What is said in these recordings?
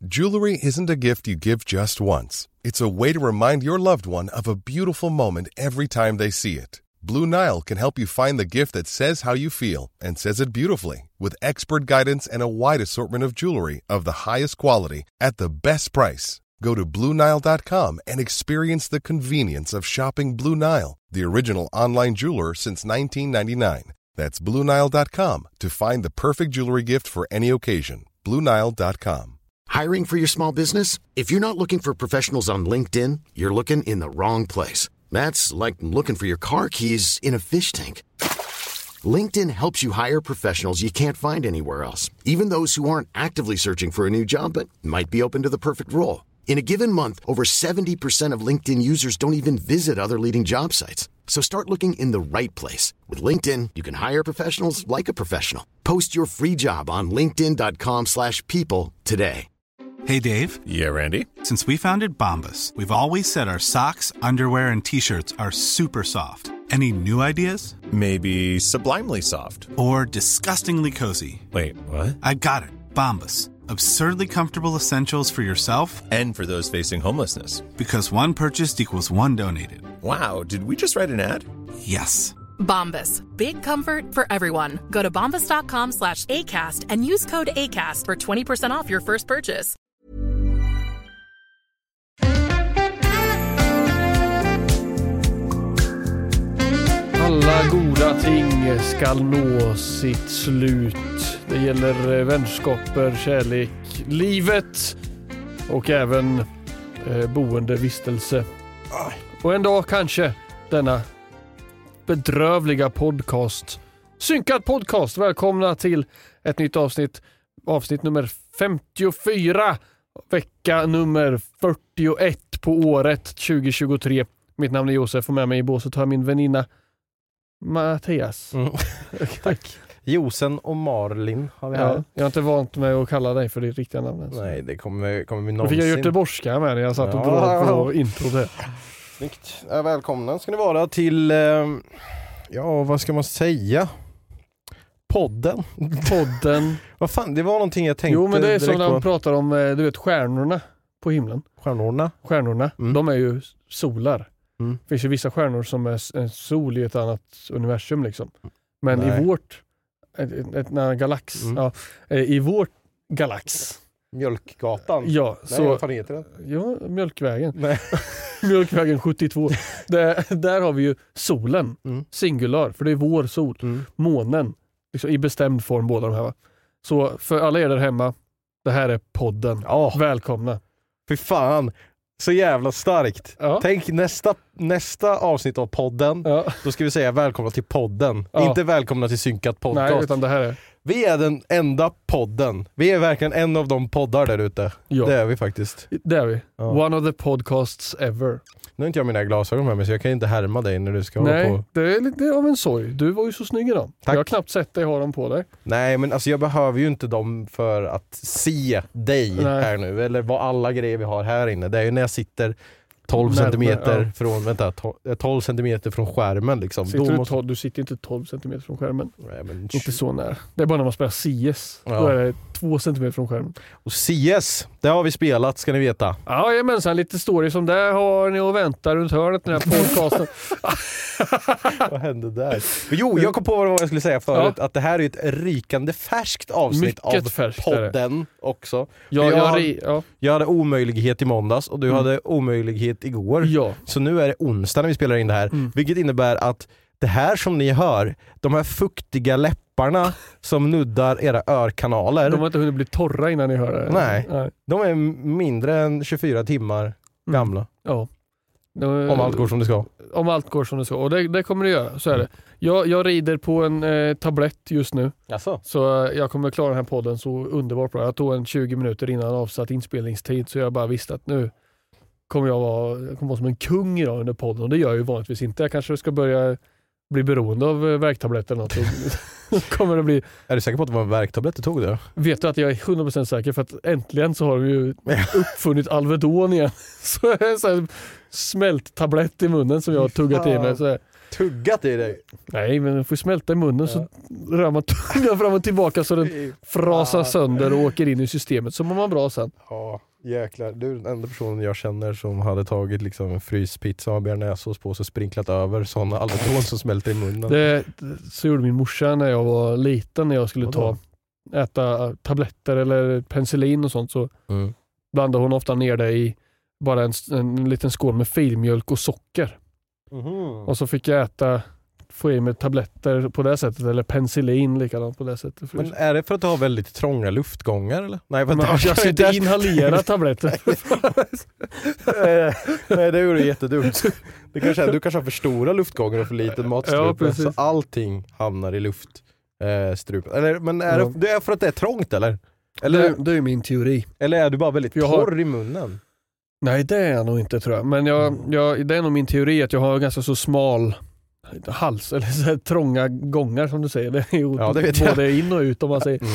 Jewelry isn't a gift you give just once. It's a way to remind your loved one of a beautiful moment every time they see it. Blue Nile can help you find the gift that says how you feel and says it beautifully, with expert guidance and a wide assortment of jewelry of the highest quality at the best price. Go to BlueNile.com and experience the convenience of shopping Blue Nile, the original online jeweler since 1999. That's BlueNile.com to find the perfect jewelry gift for any occasion. BlueNile.com. Hiring for your small business? If you're not looking for professionals on LinkedIn, you're looking in the wrong place. That's like looking for your car keys in a fish tank. LinkedIn helps you hire professionals you can't find anywhere else, even those who aren't actively searching for a new job but might be open to the perfect role. In a given month, over 70% of LinkedIn users don't even visit other leading job sites. So start looking in the right place. With LinkedIn, you can hire professionals like a professional. Post your free job on linkedin.com/people today. Hey, Dave. Yeah, Randy. Since we founded Bombas, we've always said our socks, underwear, and T-shirts are super soft. Any new ideas? Maybe sublimely soft. Or disgustingly cozy. Wait, what? I got it. Bombas. Absurdly comfortable essentials for yourself and for those facing homelessness. Because one purchased equals one donated. Wow, did we just write an ad? Yes. Bombas. Big comfort for everyone. Go to bombas.com/ACAST and use code ACAST for 20% off your first purchase. Alla goda ting ska nå sitt slut. Det gäller vänskaper, kärlek, livet och även boendevistelse. Och en dag kanske denna bedrövliga podcast. Synkad podcast. Välkomna till ett nytt avsnitt. Avsnitt nummer 54. Vecka nummer 41 på året 2023. Mitt namn är Josef och med mig i båset har min väninna Mattias. Tack. Josen och Marlin har vi här. Ja, jag har inte vant mig att kalla dig för ditt riktiga namn. Alltså. Nej, det kommer vi någonsin. Då fick jag göteborgska med när jag satt och drog på intro där. Snyggt. Välkomna ska ni vara till, vad ska man säga? Podden. Vad fan, det var någonting jag tänkte. Jo, men det är som när på. de pratar om, du vet, stjärnorna på himlen. Stjärnorna, de är ju solar. Det finns ju vissa stjärnor som är en sol i ett annat universum liksom. Men i vårt galax, i vårt galax. Mjölkgatan. Ja, nej, så vad fan heter det? Ja, Mjölkvägen. Nej. Mjölkvägen 72. Där har vi ju solen, singular, för det är vår sol. Månen, liksom i bestämd form båda de här. Va? Så för alla er där hemma, det här är podden. Välkomna. Fy fan. Så jävla starkt. Ja. Tänk nästa avsnitt av podden. Ja. Då ska vi säga välkomna till podden. Ja. Inte välkomna till synkat podcast. Nej, utan det här är... Vi är den enda podden. Vi är verkligen en av de poddar där ute. Ja. Det är vi faktiskt. Det är vi. Ja. One of the podcasts ever. Nu har inte jag mina glasögon med mig så jag kan inte härma dig när du ska hålla på. Det är lite av en sorg. Du var ju så snygg idag. Jag har knappt sett dig ha dem på dig. Nej, men alltså jag behöver ju inte dem för att se dig här nu. Eller vad alla grejer vi har här inne. Det är ju när jag sitter 12 centimeter från 12 centimeter från skärmen liksom. Du sitter inte 12 centimeter från skärmen. Nej, men inte så nära. Det är bara när man spelar CS. Då är det 2 centimeter från skärmen. Och CS, det har vi spelat, ska ni veta. Ja, men sen lite story som det har ni att vänta runt hörnet den här podcasten. Vad hände där? Jo, jag kom på vad jag skulle säga förut. Att det här är ett rykande färskt avsnitt av podden också. Jag hade omöjlighet i måndags och du hade omöjlighet igår. Ja. Så nu är det onsdag när vi spelar in det här. Vilket innebär att det här som ni hör, de här fuktiga läpparna som nuddar era örkanaler. De har inte hunnit bli torra innan ni hör det. Nej. De är mindre än 24 timmar gamla. Ja. Om allt går som det ska. Om allt går som det ska. Och det kommer det göra, så är det. Jag rider på en tablett just nu. Jaså? Så jag kommer klara den här podden så underbart bra. Jag tog 20 minuter innan avsatt inspelningstid så jag bara visste att nu kommer jag vara som en kung idag under podden. Och det gör jag ju vanligtvis inte. Jag kanske ska börja bli beroende av värktabletter eller något. Kommer det bli... Är du säker på att det var en värktablett du tog det? Vet du att jag är 100% säker för att äntligen så har vi ju uppfunnit Alvedon igen. Så är det en sån här smält tablett i munnen som jag har tuggat i mig. Så tuggat i dig. Nej, men den får smälta i munnen så rör man tungan fram och tillbaka så den frasar sönder och åker in i systemet. Så mår man bra sen. Ja, jäklar. Du är den enda personen jag känner som hade tagit liksom en fryspizza och bearnaisesås på och sprinklat över sådana Alvedon som smälter i munnen. Så gjorde min morsa när jag var liten, när jag skulle äta tabletter eller penicillin och sånt, så blandade hon ofta ner det i bara en liten skål med filmjölk och socker. Och så fick jag få i mig tabletter på det sättet, eller penicillin likadant på det sättet. Men är det för att du har väldigt trånga luftgångar eller? Nej, men jag ska inte inhalera tabletter. Nej, det är ju jättedumt. Du kanske har för stora luftgångar och för liten matstrupe, så allting hamnar i luftstrupen. Men det är för att det är trångt eller? Det är min teori. Eller är du bara väldigt torr i munnen? Nej, det är jag nog inte, tror jag. Men det är nog min teori att jag har ganska så smal hals, eller så här trånga gångar som du säger. Det är ju både in och ut om man säger.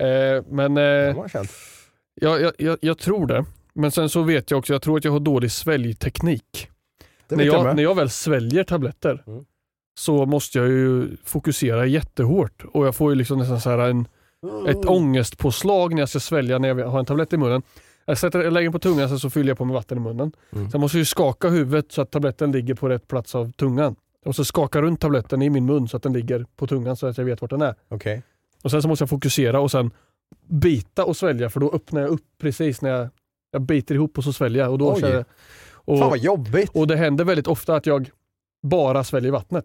Jag tror det. Men sen så vet jag också, jag tror att jag har dålig sväljteknik. När jag väl sväljer tabletter så måste jag ju fokusera jättehårt. Och jag får ju liksom nästan så här ett ångestpåslag när jag ska svälja när jag har en tablett i munnen. Jag lägger den på tungan, så fyller jag på med vatten i munnen. Sen måste jag ju skaka huvudet så att tabletten ligger på rätt plats av tungan. Och så skaka runt tabletten i min mun så att den ligger på tungan så att jag vet vart den är. Okay. Och sen så måste jag fokusera och sen bita och svälja, för då öppnar jag upp precis när jag biter ihop och så sväljer jag. Och då fan vad jobbigt! Och det händer väldigt ofta att jag bara sväljer vattnet.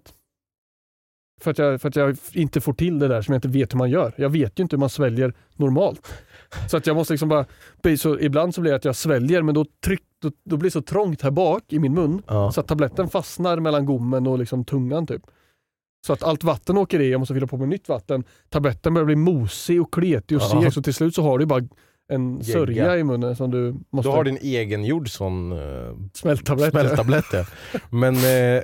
För att jag inte får till det där som jag inte vet hur man gör. Jag vet ju inte hur man sväljer normalt. Så att jag måste liksom bara... Så ibland så blir det att jag sväljer, men då blir det så trångt här bak i min mun så att tabletten fastnar mellan gommen och liksom tungan typ. Så att allt vatten åker i, jag måste fylla på med nytt vatten. Tabletten börjar bli mosig och kletig och seg, så till slut så har du bara en sörja i munnen som du måste... Du har din egen gjord sån smälttablett. Ja. Men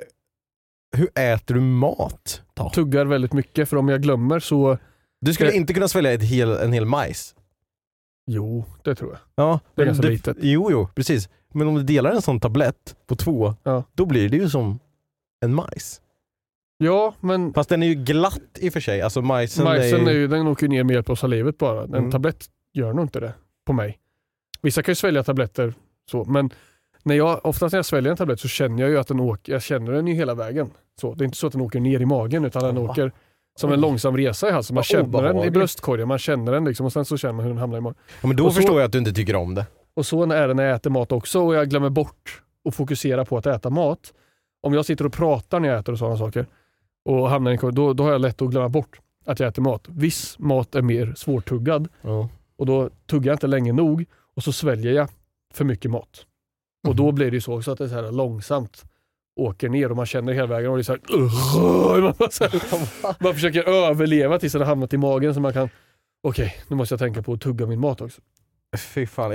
hur äter du mat då? Tuggar väldigt mycket, för om jag glömmer så... Du skulle inte kunna svälja en hel majs? Jo, det tror jag. Ja, det är ganska litet. Jo, precis. Men om du delar en sån tablett på 2, då blir det ju som en majs. Ja, men... Fast den är ju glatt i och för sig. Alltså majsen den åker ner med hjälp av salivet bara. En tablett gör nog inte det på mig. Vissa kan ju svälja tabletter så, men oftast när jag sväljer en tablett så känner jag ju att den åker, jag känner den ju hela vägen. Så, det är inte så att den åker ner i magen, utan den åker som en långsam resa i halsen. Man känner den i bröstkorgen, man känner den liksom, och sen så känner man hur den hamnar i magen. Ja, men då förstår jag att du inte tycker om det. Och så är det när jag äter mat också, och jag glömmer bort att fokusera på att äta mat. Om jag sitter och pratar när jag äter och sådana saker och hamnar i en korg, då har jag lätt att glömma bort att jag äter mat. Viss mat är mer svårtuggad och då tuggar jag inte länge nog och så sväljer jag för mycket mat. Och då blir det ju så också att det är så här långsamt åker ner och man känner hela vägen och det är så här, man försöker överleva tills det har hamnat i magen så man kan nu måste jag tänka på att tugga min mat också. Fy fan,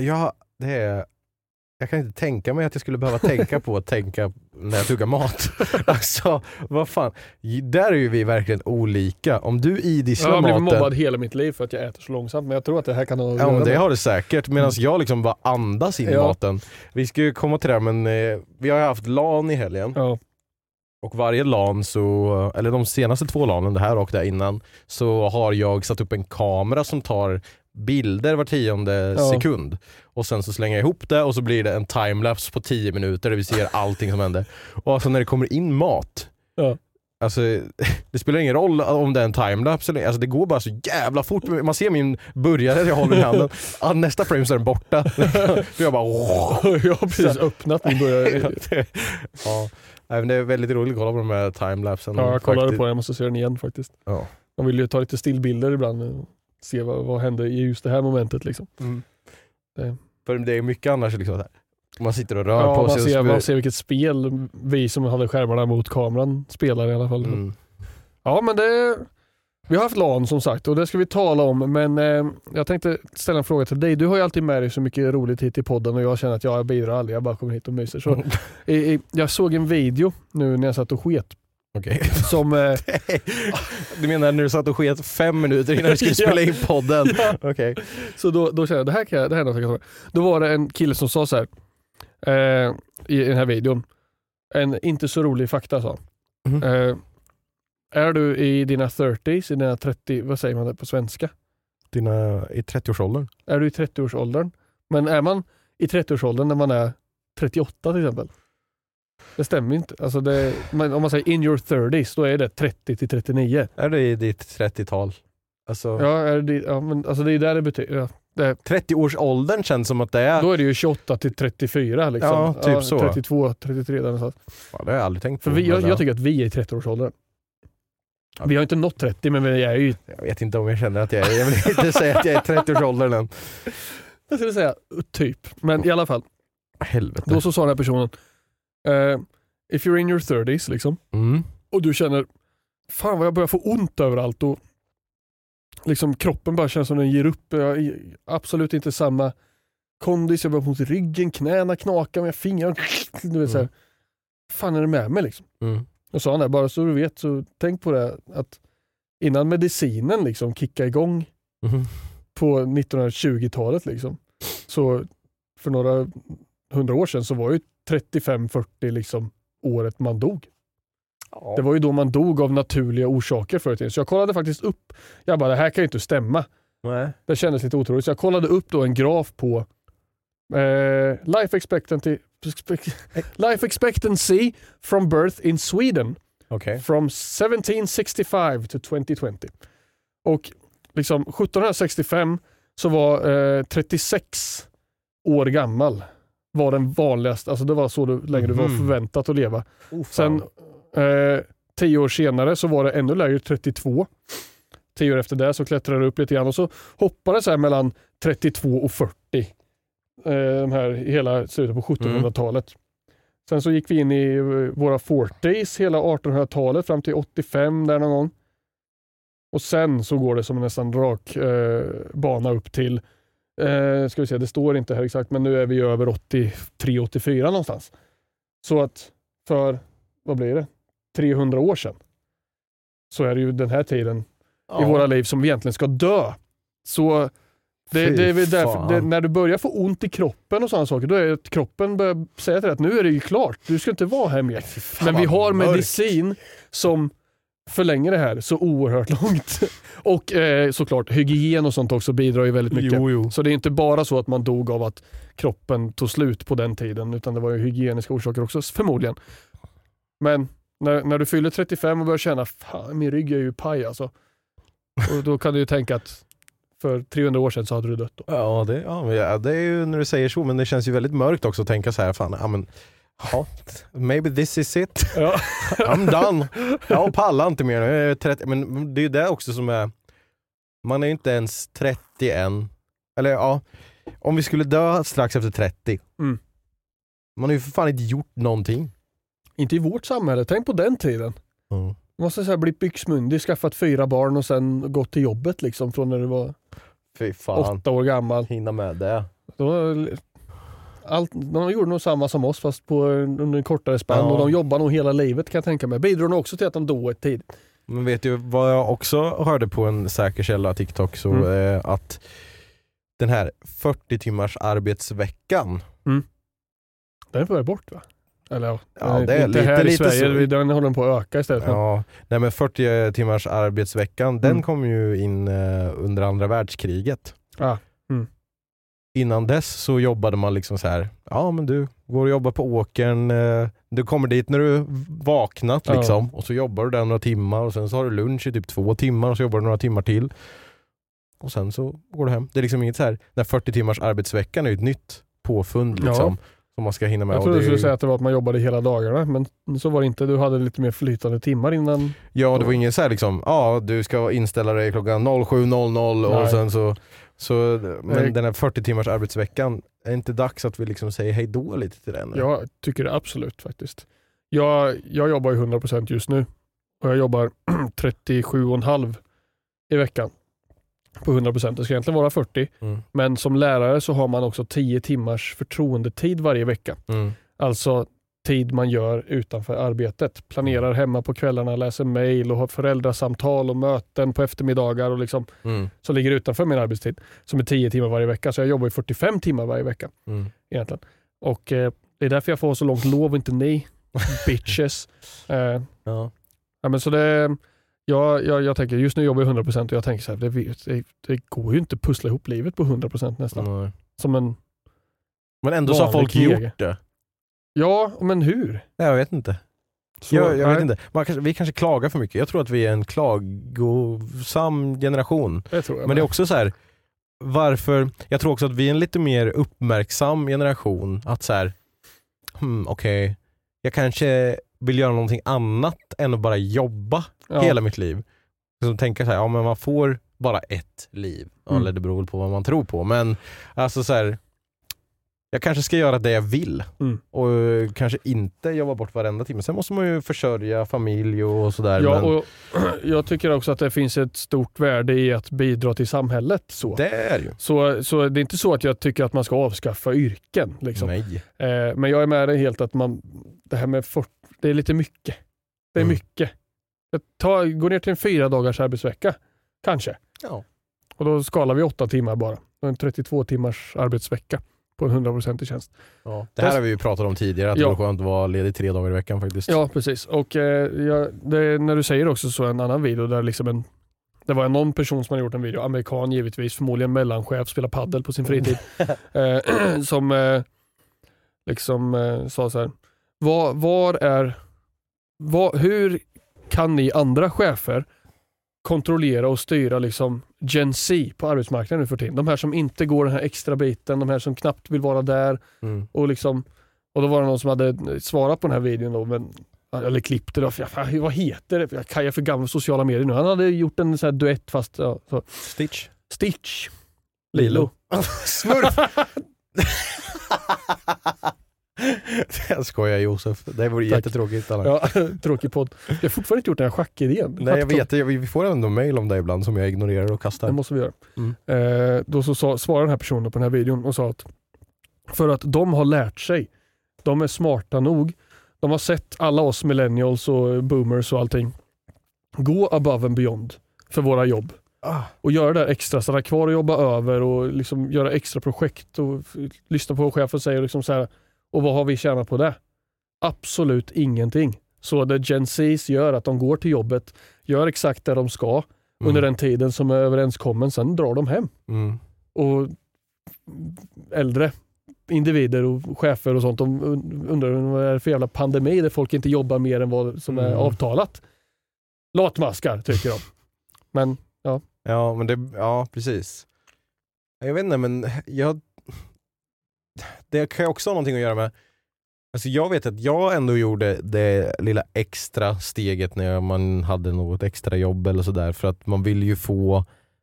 jag kan inte tänka mig att jag skulle behöva tänka på att tänka när jag tuggar mat. Alltså, vad fan. Där är ju vi verkligen olika. Om du idisslar maten... Jag har blivit mobbad hela mitt liv för att jag äter så långsamt. Men jag tror att det här kan ha... Ja, men det har det säkert. Medan jag liksom bara andas in i maten. Vi ska ju komma till det, men vi har ju haft LAN i helgen. Ja. Och varje LAN så... Eller de senaste 2 LANen, det här och det innan, så har jag satt upp en kamera som tar bilder var 10:e sekund. Och sen så slänger jag ihop det och så blir det en timelapse på 10 minuter där vi ser allting som händer. Och alltså när det kommer in mat, alltså det spelar ingen roll om det är en timelapse eller, alltså det går bara så jävla fort. Man ser min burgare jag håller i handen. Nästa frame så är den borta. Jag bara jag har precis öppnat min burgare. Men det är väldigt roligt att kolla på de här timelapsen. Ja, jag kollade på det, jag måste se den igen faktiskt. Ja. Man vill ju ta lite stillbilder ibland. Se vad händer i just det här momentet liksom. För det är mycket annars liksom så här. Man sitter och rör på sig. Man ser vilket spel vi som hade skärmarna mot kameran spelar i alla fall. Ja, men vi har haft LAN som sagt och det ska vi tala om, men jag tänkte ställa en fråga till dig. Du har ju alltid med dig så mycket roligt hit i podden och jag känner att jag bidrar aldrig, jag bara kommer hit och myser. Så, jag såg en video nu när jag satt och sket. Okay. Som, du menar när du satt och sket 5 minuter innan du skulle spela in podden? Ja. Okay. Så då kände jag, det här är något jag kan ta. Då var det en kille som sa så här i den här videon. En inte så rolig fakta sa. Är du i dina 30s, i dina 30, vad säger man det på svenska? I 30-årsåldern. Är du i 30-årsåldern? Men är man i 30-årsåldern när man är 38 till exempel? Det stämmer inte. Alltså om man säger in your 30s, då är det 30 till 39. Är det i ditt 30-tal? Alltså... Ja, men alltså det är där det betyder. Ja, 30-årsåldern känns som att det är... Då är det ju 28 till 34 liksom. Ja, typ så. 32, 33 där någonstans. Ja, det har jag aldrig tänkt på. För jag tycker att vi är i 30-årsåldern. Ja. Vi har inte nått 30, men vi är ju... Jag vet inte om jag känner att jag är... Jag vill inte säga att jag är 30-årsåldern än. Jag skulle säga typ. Men i alla fall. Helvete. Då så sa den här personen if you're in your 30s liksom. Och du känner fan vad jag börjar få ont överallt och liksom kroppen bara känns som den ger upp. Jag har absolut inte samma kondis. Jag börjar få ont i ryggen, knäna knakar med fingrar. Du vet så här. Fan är det med mig liksom? Och sa han där, bara så du vet, så tänk på det att innan medicinen liksom kickar igång på 1920-talet liksom, så för några 100 år sedan så var ju 35-40 liksom året man dog. Ja. Det var ju då man dog av naturliga orsaker förut. Så jag kollade faktiskt upp, jag bara, det här kan ju inte stämma. Nej. Det kändes lite otroligt. Så jag kollade upp då en graf på life expectancy from birth in Sweden. Okay. From 1765 to 2020. Och liksom 1765 så var 36 år gammal var den vanligaste, alltså det var så länge du var förväntat att leva. Sen 10 år senare så var det ännu lägre, 32. 10 år efter det så klättrade det upp lite grann och så hoppade det så här mellan 32 och 40. De här hela slutet på 1700-talet. Sen så gick vi in i våra 40s hela 1800-talet fram till 85 där någon gång. Och sen så går det som en nästan rak bana upp till ska vi se, det står inte här exakt, men nu är vi över 83-84 någonstans. Så att för, vad blir det? 300 år sedan så är det ju den här tiden i våra liv som vi egentligen ska dö. Så det är väl därför, när du börjar få ont i kroppen och sådana saker, då är det att kroppen börjar säga till dig att nu är det ju klart, du ska inte vara här mer. Men vi har medicin som förlänger det här så oerhört långt. Och såklart, hygien och sånt också bidrar ju väldigt mycket. Jo. Så det är inte bara så att man dog av att kroppen tog slut på den tiden, utan det var ju hygieniska orsaker också, förmodligen. Men när du fyller 35 och börjar känna, fan, min rygg är ju paj alltså. Och då kan du ju tänka att för 300 år sedan så hade du dött då. Ja, det är ju när du säger så, men det känns ju väldigt mörkt också att tänka så här, fan, maybe this is it. Ja. I'm done. Jag pallar inte mer nu. Jag är 30, men det är ju det också som är, man är ju inte ens 30 än. Eller ja, om vi skulle dö strax efter 30. Man har ju för fan inte gjort någonting. Inte i vårt samhälle, tänk på den tiden. Man måste så här bli byxmyndig, skaffat 4 barn och sen gått till jobbet liksom från när du var 8 år gammal. Hinna med det. De gjorde nog samma som oss fast under en kortare spann och de jobbar nog hela livet kan jag tänka mig. Bidrar nog också till att de dog ett tid. Men vet du vad jag också hörde på en säker källa TikTok så att den här 40 timmars arbetsveckan den är på väg bort va? Eller det är inte lite, här i Sverige, den håller på att öka istället. Ja, nej, men 40 timmars arbetsveckan den kom ju in under andra världskriget. Innan dess så jobbade man liksom så här, ja men du går och jobbar på åkern, du kommer dit när du vaknat liksom, och så jobbar du där några timmar och sen så har du lunch i typ 2 timmar och så jobbar du några timmar till och sen så går du hem. Det är liksom inget så här, den 40 timmars arbetsveckan är ju ett nytt påfund liksom. Som man ska hinna med. Jag trodde du skulle säga att det var att man jobbade hela dagarna, men så var det inte. Du hade lite mer flytande timmar innan. Ja, det var ingen så här liksom, du ska inställa dig klockan 07.00 och sen så men den här 40 timmars arbetsveckan, är inte dags att vi liksom säger hej då lite till den? Jag tycker det absolut faktiskt. Jag jobbar ju 100% just nu och jag jobbar 37,5 i veckan. På 100%. Det ska egentligen vara 40. Men som lärare så har man också 10 timmars förtroendetid varje vecka. Alltså tid man gör utanför arbetet. Planerar hemma på kvällarna, läser mejl och har föräldrasamtal och möten på eftermiddagar och liksom som ligger utanför min arbetstid. Som är 10 timmar varje vecka. Så jag jobbar i 45 timmar varje vecka egentligen. Och det är därför jag får så långt lov, inte ni bitches. Ja, men så jag tänker, just nu jobbar jag 100% och jag tänker så här, det går ju inte att pussla ihop livet på 100% nästan. Mm. Som en Men ändå så har folk gjort det. Ja, men hur? Jag vet inte. Jag vet inte. Vi kanske klagar för mycket. Jag tror att vi är en klagosam generation. Det tror jag. Men det är också så här, varför... Jag tror också att vi är en lite mer uppmärksam generation. Att så här, okej, jag kanske vill göra någonting annat än att bara jobba hela mitt liv. Så tänker så här, ja men man får bara ett liv. Eller det beror väl på vad man tror på. Men alltså så här, jag kanske ska göra det jag vill. Och kanske inte jobba bort varenda timme. Sen måste man ju försörja familj och sådär. Ja, och jag tycker också att det finns ett stort värde i att bidra till samhället. Så. Det är ju. Så det är inte så att jag tycker att man ska avskaffa yrken. Liksom. Nej. Men jag är med dig helt att det här med det är lite mycket. Det är mycket. Gå ner till en 4 dagars arbetsvecka. Kanske. Ja. Och då skalar vi 8 timmar bara. En 32 timmars arbetsvecka på en 100% tjänst. Ja. Det här har vi ju pratat om tidigare, att det var skönt att vara ledig 3 dagar i veckan faktiskt. Ja, precis. Och när du säger också så en annan video där liksom det var någon person som hade gjort en video, amerikan givetvis, förmodligen mellanchef, spelar paddel på sin fritid, som sa så här, hur kan ni andra chefer kontrollera och styra liksom Gen Z på arbetsmarknaden nu för tiden? De här som inte går den här extra biten, de här som knappt vill vara där och då var det någon som hade svarat på den här videon då, eller klippt det då, vad heter det? Jag är för gammal sociala medier nu. Han hade gjort en sån här duett fast så. Stitch. Lilo. Smurf. Jag skojar Josef. Det vore jättetråkigt. Ja, tråkig podd. Jag har fortfarande inte gjort den här schackidén. Nej, jag vet. Vi får ändå mejl om det ibland som jag ignorerar och kastar. Det måste vi göra. Då så svarade den här personen på den här videon och sa att för att de har lärt sig, de är smarta nog, de har sett alla oss millennials och boomers och allting gå above and beyond för våra jobb. Och göra det extra, stanna kvar och jobba över och liksom göra extra projekt och lyssna på vad chefen säger och liksom så här. Och vad har vi tjänat på det? Absolut ingenting. Så det Gen Z's gör att de går till jobbet, gör exakt det de ska under den tiden som är överenskommen, sen drar de hem. Och äldre individer och chefer och sånt, de undrar vad det är för jävla pandemi där folk inte jobbar mer än vad som är avtalat. Latmaskar tycker de. Men ja. Ja, men precis. Jag vet inte, men det kan ju också ha någonting att göra med, alltså jag vet att jag ändå gjorde det lilla extra steget när man hade något extra jobb eller sådär, för att man vill ju få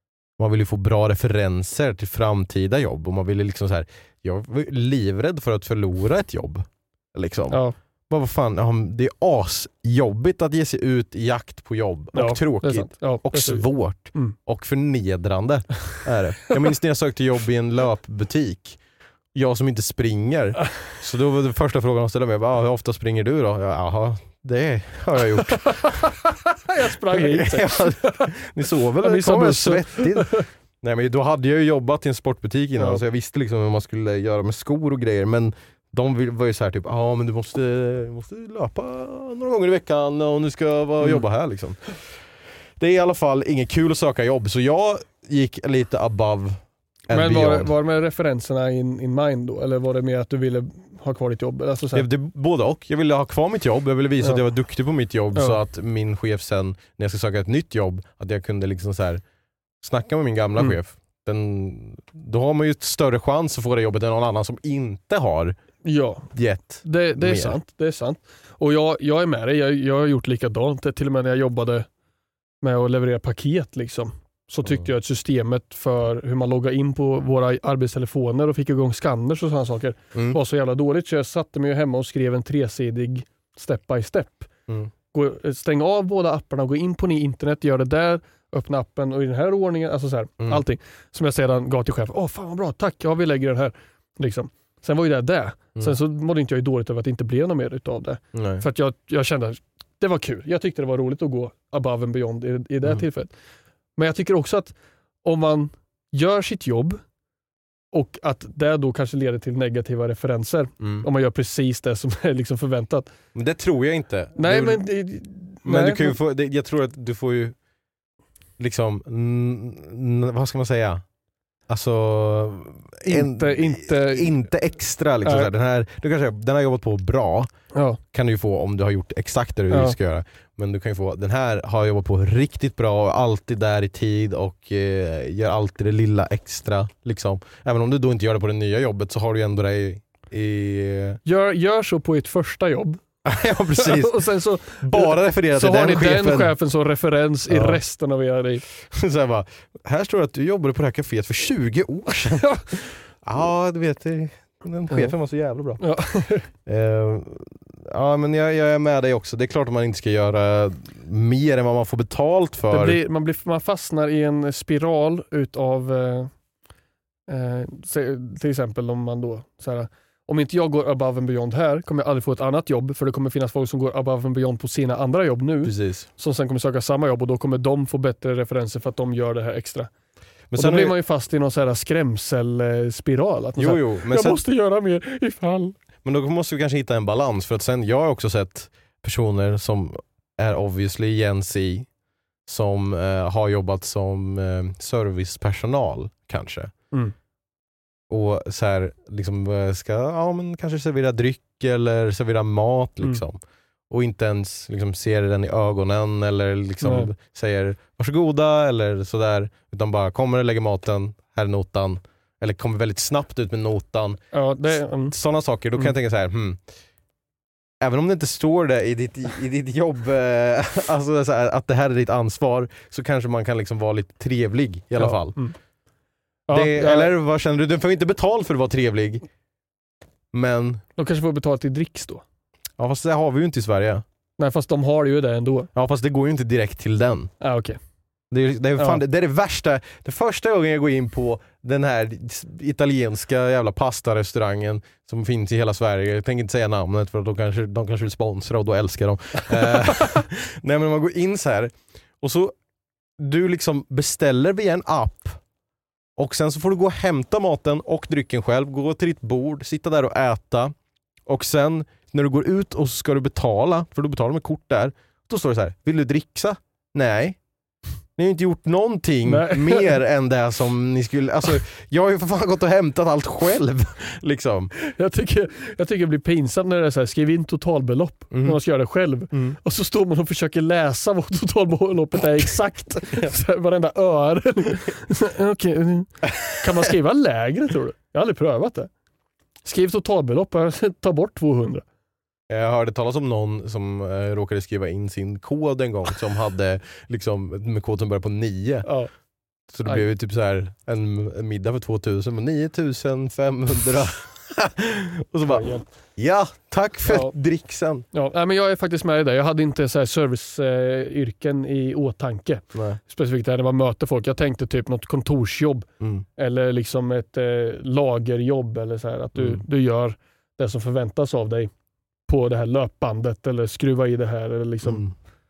bra referenser till framtida jobb, och man ville liksom så här, jag var livrädd för att förlora ett jobb liksom. Ja. Vad fan, det är asjobbigt att ge sig ut i jakt på jobb, och tråkigt och svårt och förnedrande är det. Jag minns när jag sökte jobb i en löpbutik, jag som inte springer, så då var det första frågan de ställde mig, hur ofta springer du då? Jaha, det har jag gjort. Jag sprang hit. Ni såg väl? Jag kom svettig. Nej, men då hade jag ju jobbat i en sportbutik innan, så jag visste liksom hur man skulle göra med skor och grejer, men de var ju så här typ, men du måste löpa några gånger i veckan och nu ska jag jobba här liksom. Det är i alla fall inget kul att söka jobb, så jag gick lite above. Men var det med referenserna in mind då? Eller var det mer att du ville ha kvar ditt jobb? Alltså så här. Det både och. Jag ville ha kvar mitt jobb. Jag ville visa att jag var duktig på mitt jobb, så att min chef sen, när jag ska söka ett nytt jobb, att jag kunde liksom så här snacka med min gamla chef. Då har man ju ett större chans att få det jobbet än någon annan som inte har gett det är sant. Det är sant. Och jag är med dig. Jag har gjort likadant. Till och med när jag jobbade med att leverera paket liksom, så tyckte jag att systemet för hur man loggar in på våra arbetstelefoner och fick igång scanners och sådana saker var så jävla dåligt, så jag satte mig hemma och skrev en 3-sidig step by step. Stäng av båda apparna, gå in på internet, gör det där, öppna appen och i den här ordningen, alltså så här, allting som jag sedan gav till chefen. Fan vad bra, tack, vi lägger den här liksom. Sen var ju det. Sen så mådde inte jag ju dåligt över att det inte blev något mer utav det. Nej. För att jag kände att det var kul. Jag tyckte det var roligt att gå above and beyond i det tillfället. Men jag tycker också att om man gör sitt jobb och att det då kanske leder till negativa referenser, om man gör precis det som är liksom förväntat. Men det tror jag inte. Nej, men Men du kan ju få, jag tror att du får ju liksom, vad ska man säga? Alltså inte extra liksom, så här. Den har jobbat på bra. Ja. Kan du ju få om du har gjort exakt det du ska göra. Men du kan ju få, den här har jobbat på riktigt bra och alltid där i tid och gör alltid det lilla extra liksom. Även om du då inte gör det på det nya jobbet så har du ju ändå det i... Gör så på ett första jobb. Ja, precis. Och sen så bara referera till den chefen. Så har ni den chefen som referens i resten av era liv. Så här, bara, här står det att du jobbade på det här kaféet för 20 år sedan. Ja, du vet, den chefen var så jävla bra. Ja. Ja, men jag är med dig också. Det är klart att man inte ska göra mer än vad man får betalt för. Man fastnar i en spiral utav till exempel om man då så här, om inte jag går above and beyond här kommer jag aldrig få ett annat jobb, för det kommer finnas folk som går above and beyond på sina andra jobb nu. Precis. Som sen kommer söka samma jobb och då kommer de få bättre referenser för att de gör det här extra. Men och då blir man ju fast i någon så här skrämselspiral. Att men jag måste göra mer ifall. Men då måste vi kanske hitta en balans, för att sen jag har också sett personer som är obviously Gen Z som har jobbat som servicepersonal kanske. Mm. Och så här liksom ska men kanske servera dryck eller servera mat liksom. Och inte ens liksom ser den i ögonen eller liksom säger varsågoda eller sådär, utan bara kommer och lägger maten, här är notan, eller kommer väldigt snabbt ut med notan. Ja, sådana saker, då kan jag tänka så här, även om det inte står det i ditt jobb alltså så här, att det här är ditt ansvar, så kanske man kan liksom vara lite trevlig i alla fall. Eller vad känner du? Du får inte betalt för att vara trevlig. Men de kanske får betalt i dricks då. Ja, fast det har vi ju inte i Sverige. Nej, fast de har ju det ändå. Ja, fast det går ju inte direkt till den. Ja, okej. Det är det värsta. Det första gången jag går in på den här italienska jävla pastarestaurangen som finns i hela Sverige. Jag tänker inte säga namnet för att de kanske vill sponsra och då älskar de. Nej, men man går in så här och så du liksom beställer via en app. Och sen så får du gå och hämta maten och drycken själv, gå till ditt bord, sitta där och äta. Och sen när du går ut och så ska du betala, för du betalar med kort där, då står det så här: vill du dricksa? Nej. Ni har ju inte gjort någonting mer än det som ni skulle... Alltså, jag har ju för fan gått och hämtat allt själv. Liksom. Jag tycker det blir pinsamt när det är så här, skriv in totalbelopp när man ska göra det själv. Och så står man och försöker läsa vad totalbeloppet är exakt. Varenda öre. Okay. Kan man skriva lägre, tror du? Jag har aldrig prövat det. Skriv totalbelopp, ta bort 200. Jag hörde talas om någon som råkade skriva in sin kod en gång som hade liksom med kod som började på 9. Ja. Så det blev ju typ så här en middag för 2000 och 9500. Och så bara tack för dricksen. Ja, men jag är faktiskt med i det. Jag hade inte så här serviceyrken i åtanke. Nej. Specifikt när man möter folk. Jag tänkte typ något kontorsjobb eller liksom ett lagerjobb eller så här, att du gör det som förväntas av dig på det här löpbandet eller skruva i det här eller liksom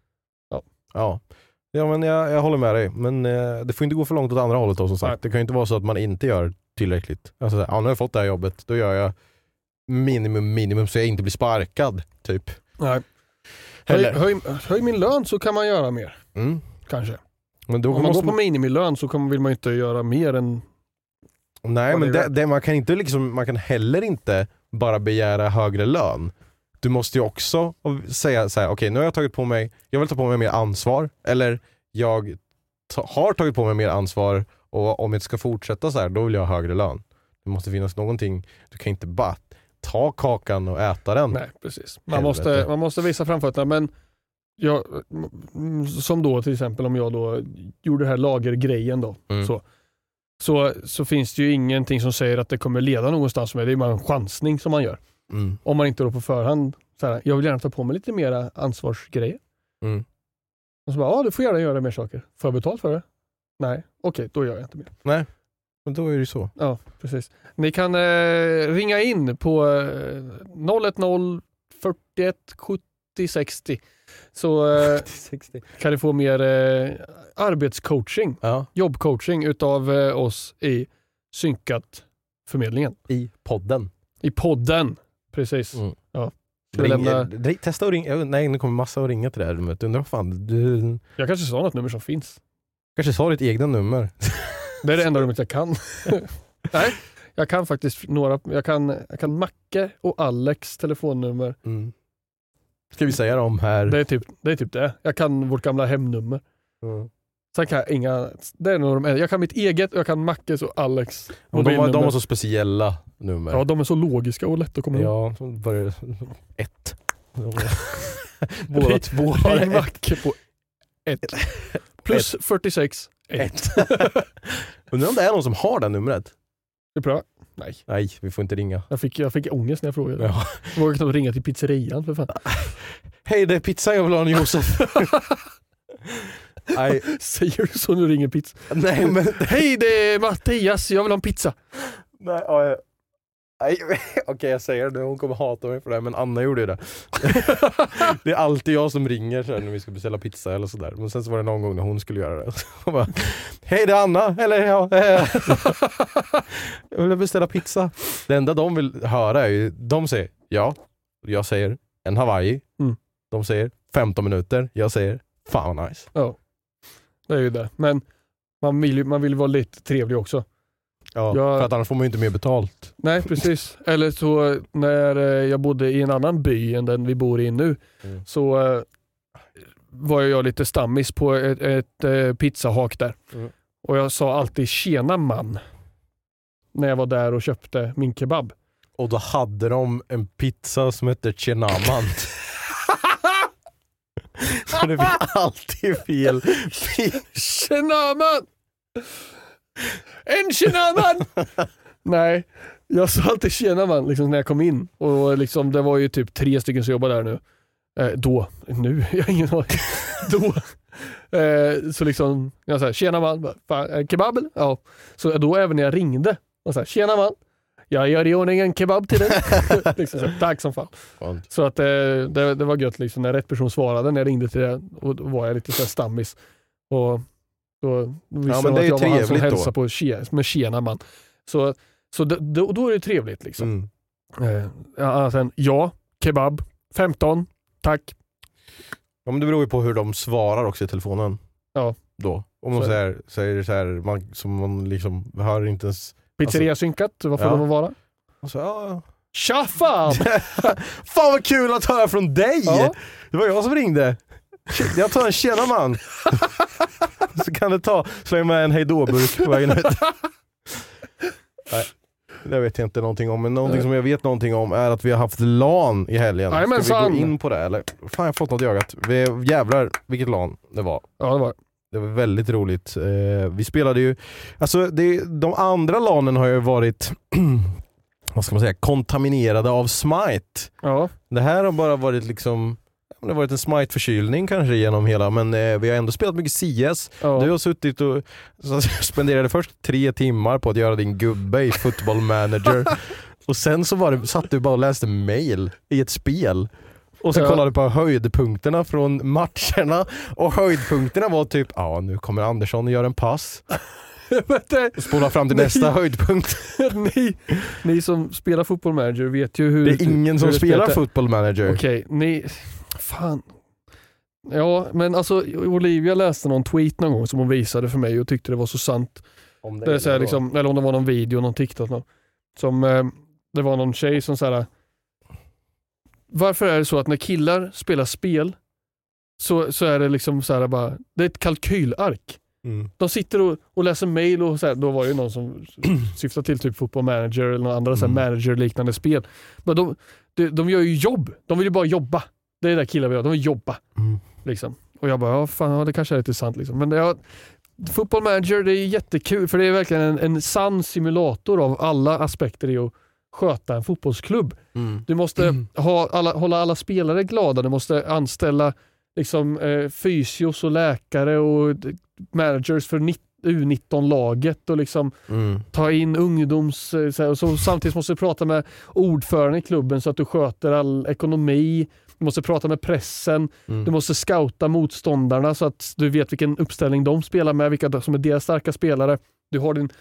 Ja, men jag håller med dig, men det får inte gå för långt åt andra hållet då, som sagt. Nej. Det kan ju inte vara så att man inte gör tillräckligt. Alltså, nu har jag fått det här jobbet, då gör jag minimum så jag inte blir sparkad typ. Nej. Höj min lön så kan man göra mer. Kanske. Men då om man går på minimilön så vill man inte göra mer än... Nej, men man kan inte liksom, man kan heller inte bara begära högre lön. Du måste ju också säga så här: okej, nu har jag vill ta på mig mer ansvar, eller jag har tagit på mig mer ansvar, och om jag ska fortsätta så här, då vill jag ha högre lön. Det måste finnas någonting, du kan inte bara ta kakan och äta den. Nej, precis. Man måste visa framfötterna, men som då till exempel om jag då gjorde det här lagergrejen då, så finns det ju ingenting som säger att det kommer leda någonstans med det. Det är bara en chansning som man gör. Om man inte då på förhand så här, jag vill gärna ta på mig lite mera ansvarsgrejer. Och så bara, du får gärna göra mer saker. Får jag betalt för det? Nej, okej, då gör jag inte mer. Nej, men då är det så. Ja, precis. Ni kan ringa in på 010 41 70 60. Så kan ni få mer arbetscoaching, jobbcoaching utav oss i Synkat förmedlingen. I podden, precis. Ja. Testa att ringa. Nej, det kommer massa att ringa till det här rummet. Undrar vad fan du... Jag kanske sa något nummer som finns. Kanske sa ditt egna nummer. Det är det enda rummet jag kan. Nej, jag kan faktiskt några. Jag kan Macke och Alex telefonnummer. Ska vi säga dem här? Det är typ det. Jag kan vårt gamla hemnummer. Sen kan jag inga... Det är nog jag kan mitt eget och jag kan Mackes och Alex. Och de har så speciella nummer. Ja, de är så logiska och lätt att komma ihåg. Ja, de börjar 1. Båda två har en Macke på 1. Plus 46 1. Undrar om det är någon som har det numret? Vi prövar. Nej, vi får inte ringa. Jag fick ångest när jag frågade. Ja. Jag vågade knappt ringa till pizzerian för fan. Hej, det är pizza jag vill ha en Josef. Nej. Säger du så när du ringer pizza? Nej, men... Hej, det är Mattias, jag vill ha en pizza. Nej, okej, jag säger det. Hon kommer hata mig för det, men Anna gjorde ju det. Det är alltid jag som ringer så här, när vi ska beställa pizza eller sådär. Men sen så var det någon gång när hon skulle göra det. Hon bara, hej, det är Anna. Eller ja. Jag vill beställa pizza. Det enda de vill höra är ju, de säger ja. Jag säger en Hawaii. De säger 15 minuter. Jag säger fan nice. Ja, det är ju det. Men man vill vara lite trevlig också. Ja, för att annars får man ju inte mer betalt. Nej, precis. Eller så när jag bodde i en annan by än den vi bor i nu så var jag lite stammis på ett pizzahak där. Och jag sa alltid tjena man när jag var där och köpte min kebab. Och då hade de en pizza som heter tjena man. Så det blir alltid fel. Tjena man! En tjena man! Nej, jag sa alltid tjena man liksom, när jag kom in. Och liksom, det var ju typ 3 stycken som jobbade där nu. Nu, jag har ingen aning. Då. Så liksom, jag sa tjena man, kebab? Ja. Så då även när jag ringde, och sa tjena man, jag gör i ordning en kebab till dig. Liksom så, tack som fan. Så att det var gött liksom, när rätt person svarade när jag ringde till det. Och då var jag lite så här stammis. Och då visste men det är att jag var han som hälsade på med tjena man. Så då är det trevligt liksom. Sen, kebab 15, tack. Ja, men det beror ju på hur de svarar också i telefonen. Ja. Då. Om de säger så här, man liksom hör inte ens... Pizzeria synkat, vad får de vara? Och så, ja. Tja fan! Fan vad kul att höra från dig! Ja. Det var jag som ringde. Jag tar en tjena man. Så kan det släng med en hejdå-burk på vägen ut. Nej, det vet jag inte någonting om. Men någonting som jag vet någonting om är att vi har haft LAN i helgen. Ska vi gå in på det? Eller? Fan, jag har fått något i ögat. Jävlar vilket LAN det var. Ja, det var. Det var väldigt roligt. Vi spelade ju... Alltså, de andra LANen har ju varit... vad ska man säga? Kontaminerade av Smite. Ja. Det här har bara varit liksom... Det har varit en Smite-förkylning kanske genom hela, men vi har ändå spelat mycket CS. Ja. Du har suttit och spenderade först 3 timmar på att göra din gubbe i Football Manager. Och sen så satt du bara och läste mail i ett spel. Och så kollade du på höjdpunkterna från matcherna. Och höjdpunkterna var typ, nu kommer Andersson och gör en pass. Spola fram till nästa höjdpunkt. Ni som spelar Football Manager vet ju hur... Det är ingen som spelar Football Manager. Okej, fan. Ja, men alltså Olivia läste någon tweet någon gång som hon visade för mig och tyckte det var så sant. Om det är så här, liksom, eller om det var någon video, någon TikTok som det var någon tjej som så här: varför är det så att när killar spelar spel så är det liksom så här bara, det är ett kalkylark. De sitter och läser mail och så här, då var det ju någon som syftar till typ Football Manager eller några andra så här manager-liknande spel. Men de gör ju jobb. De vill ju bara jobba. Det är det killar vill göra. De vill jobba. Liksom. Och jag bara, det kanske är lite sant liksom. Men Football Manager, det är jättekul för det är verkligen en sann simulator av alla aspekter i att sköta en fotbollsklubb. Du måste hålla alla spelare glada. Du måste anställa liksom fysios och läkare och managers för U19-laget och liksom ta in ungdoms och så samtidigt måste du prata med ordföranden i klubben så att du sköter all ekonomi. Du måste prata med pressen. Du måste scouta motståndarna så att du vet vilken uppställning de spelar med, vilka som är deras starka spelare. Du har din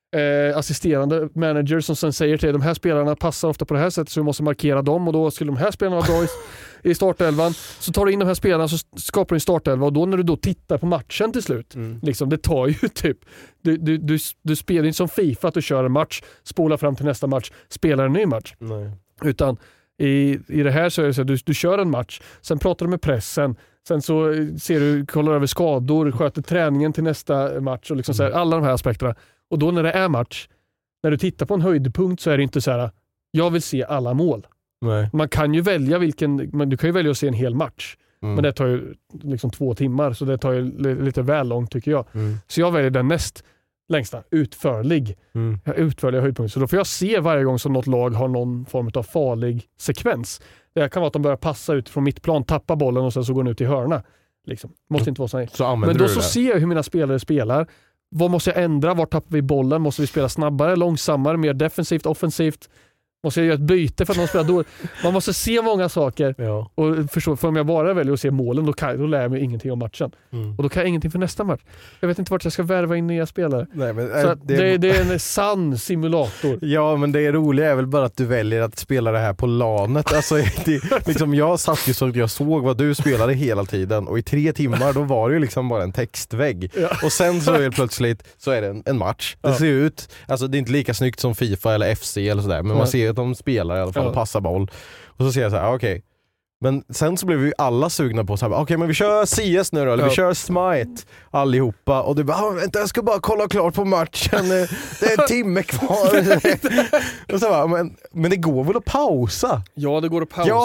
assisterande manager som sen säger till de här spelarna passar ofta på det här sättet så vi måste markera dem och då skulle de här spelarna vara bra i startelvan. Så tar du in de här spelarna så skapar du en startelva och då när du då tittar på matchen till slut liksom, det tar ju typ du spelar inte som FIFA att du kör en match, spolar fram till nästa match, spelar en ny match. Nej. Utan i det här så är det så att du kör en match, sen pratar du med pressen, sen så ser du, kollar över skador, sköter träningen till nästa match och liksom så här, alla de här aspekterna. Och då när det är match, när du tittar på en höjdpunkt så är det inte så här, jag vill se alla mål. Nej. Man kan ju välja du kan ju välja att se en hel match. Men det tar ju liksom 2 timmar så det tar ju lite väl långt tycker jag. Så jag väljer den näst längsta, utförliga höjdpunkt. Så då får jag se varje gång som något lag har någon form av farlig sekvens. Det kan vara att de börjar passa ut från mittplan, tappa bollen och sen så går den ut i hörna. Liksom. Måste inte vara så. Men då så ser jag hur mina spelare spelar. Vad måste jag ändra? Var tappar vi bollen? Måste vi spela snabbare, långsammare, mer defensivt, offensivt? Måste jag göra ett byte för att någon spelar dåligt? Man måste se många saker och förstå, för om jag bara väljer att se målen då lär jag mig ingenting om matchen. Och då kan jag ingenting för nästa match. Jag vet inte vart jag ska värva in nya spelare. Nej, men, så det är en sann simulator. Ja, men det roliga är väl bara att du väljer att spela det här på lanet. Alltså, liksom, jag satt ju så att jag såg vad du spelade hela tiden och i 3 timmar då var det ju liksom bara en textvägg. Och sen så är det plötsligt så är det en match. Det ser ut, alltså det är inte lika snyggt som FIFA eller FC eller sådär, men man ser att de spelar i alla fall och passar boll. Och så ser jag så här, okej. Men sen så blev vi alla sugna på så här, okej, men vi kör CS nu då, eller vi kör Smite allihopa. Och du bara, vänta, jag ska bara kolla klart på matchen. Det är en timme kvar. Och så bara, men det går väl att pausa? Ja, det går att pausa.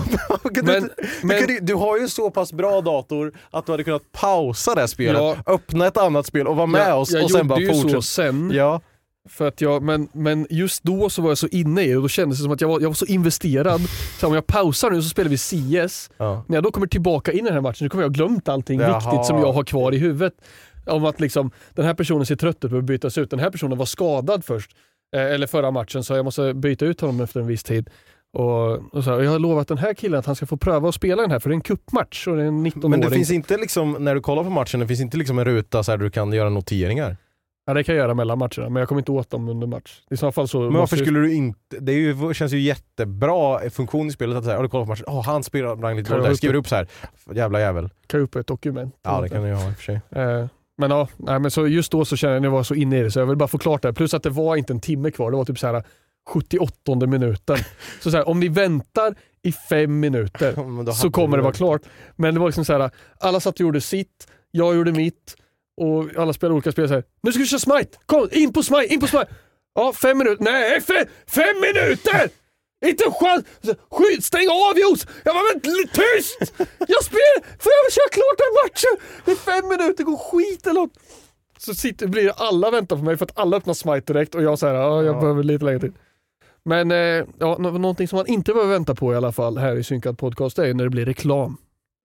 Ja, du har ju så pass bra dator att du hade kunnat pausa det här spelet, öppna ett annat spel och vara med oss och sen bara fortsätta. Så sen. Ja. För att men just då så var jag så inne i det och då kändes det som att jag var så investerad. Så om jag pausar nu så spelar vi CS. När jag då kommer tillbaka in i den här matchen så kommer jag ha glömt allting viktigt som jag har kvar i huvudet. Om att liksom, den här personen ser trött ut och bytas ut. Den här personen var skadad först. Eller förra matchen så jag måste byta ut honom efter en viss tid. Och så jag har lovat den här killen att han ska få pröva att spela den här för det är en cupmatch och det är en 19-åring. Men det finns inte liksom, när du kollar på matchen, det finns inte liksom en ruta så här där du kan göra noteringar. Ja, det kan jag göra mellan matcherna, men jag kommer inte åt dem under match. I så fall så. Men varför skulle du inte? Det känns ju jättebra funktion i spelet att säga, du kollar på matchen, han spelar lite där, skriver upp så här, jävel. Kan upp ett dokument. Ja, det kan jag ha i och för sig. Men så just då så kände jag att jag var så inne i det så jag vill bara få klart det. Plus att det var inte en timme kvar, det var typ så här 78:e minuten. Så här, om ni väntar i 5 minuter så kommer det vara klart. Men det var liksom så här, alla satt och gjorde sitt, jag gjorde mitt. Och alla spelar olika spel så här. Nu ska vi köra Smite! Kom, in på Smite! Ja, 5 minuter. Nej, 5 minuter! Inte en chans! Stäng av, Jos! Jag var väl tyst! Jag spelar! För jag vill köra klart den matchen! Det är 5 minuter, går skit eller något. Så blir det alla väntar på mig för att alla öppnar Smite direkt och jag säger jag behöver lite längre tid. Men någonting som man inte behöver vänta på i alla fall här i Synkad Podcast är när det blir reklam.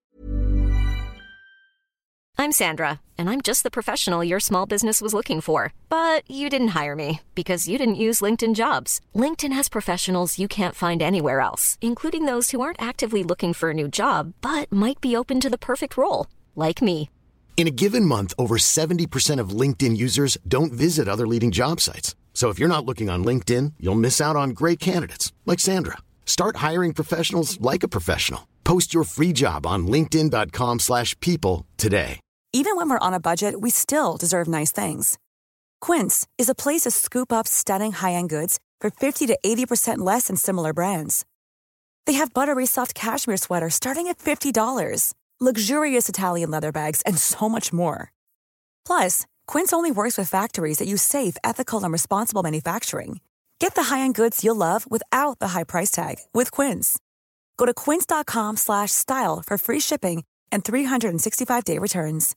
I'm Sandra, and I'm just the professional your small business was looking for. But you didn't hire me because you didn't use LinkedIn Jobs. LinkedIn has professionals you can't find anywhere else, including those who aren't actively looking for a new job, but might be open to the perfect role, like me. In a given month, over 70% of LinkedIn users don't visit other leading job sites. So if you're not looking on LinkedIn, you'll miss out on great candidates, like Sandra. Start hiring professionals like a professional. Post your free job on linkedin.com/people today. Even when we're on a budget, we still deserve nice things. Quince is a place to scoop up stunning high-end goods for 50 to 80% less than similar brands. They have buttery soft cashmere sweaters starting at $50, luxurious Italian leather bags, and so much more. Plus, Quince only works with factories that use safe, ethical, and responsible manufacturing. Get the high-end goods you'll love without the high price tag with Quince. Go to quince.com/style for free shipping and 365-day returns.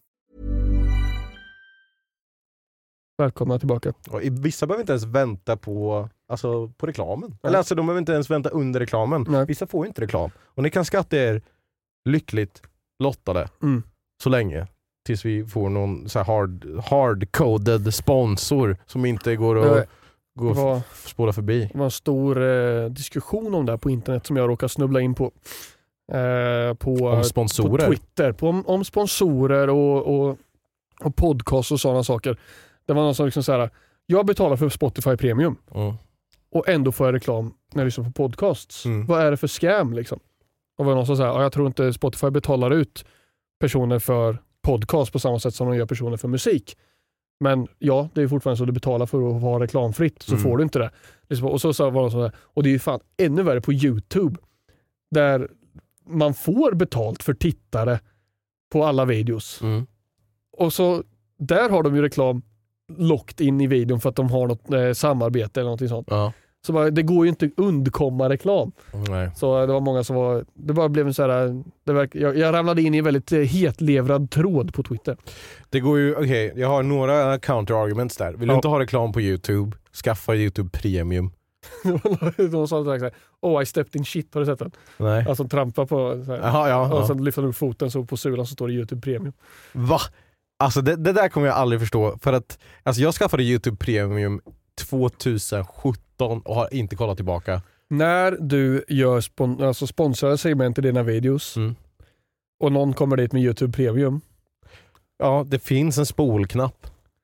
Välkomna tillbaka. Och vissa behöver inte ens vänta på reklamen. Eller alltså de behöver inte ens vänta under reklamen. Nej. Vissa får inte reklam. Och ni kan skatta er lyckligt lottade så länge. Tills vi får någon så här hard-coded sponsor som inte går att spåra förbi. Det var en stor diskussion om det här på internet som jag råkade snubbla in på. På Twitter. Om sponsorer och podcast och sådana saker. Det var någon som liksom så här, Jag betalar för Spotify Premium. Och ändå får jag reklam när jag lyssnar på podcasts. Vad är det för scam liksom? Och var någon som säger, jag tror inte Spotify betalar ut personer för podcast på samma sätt som de gör personer för musik. Men ja, det är fortfarande så du betalar för att vara reklamfritt, så får du inte det. Och så var det så där. Och det är ju fan ännu värre på YouTube, där man får betalt för tittare på alla videos. Och så där har de ju reklam lockt in i videon för att de har något samarbete eller någonting sånt. Ja. Så bara, det går ju inte att undkomma reklam. Nej. Så det var många som var... Det bara blev en så här... Jag ramlade in i en väldigt hetlevrad tråd på Twitter. Det går ju... Okej, jag har några counter-arguments där. Vill du inte ha reklam på YouTube? Skaffa YouTube Premium. De sa så här, I stepped in shit, har du sett den? Nej. Alltså trampar på... Så här, ja. Och sen lyfter de upp foten, så på sulan så står det YouTube Premium. Va? Alltså det där kommer jag aldrig förstå. För att alltså jag skaffade YouTube Premium 2017 och har inte kollat tillbaka. När du gör sponsrade segment i dina videos och någon kommer dit med YouTube Premium. Ja, det finns en spolknapp.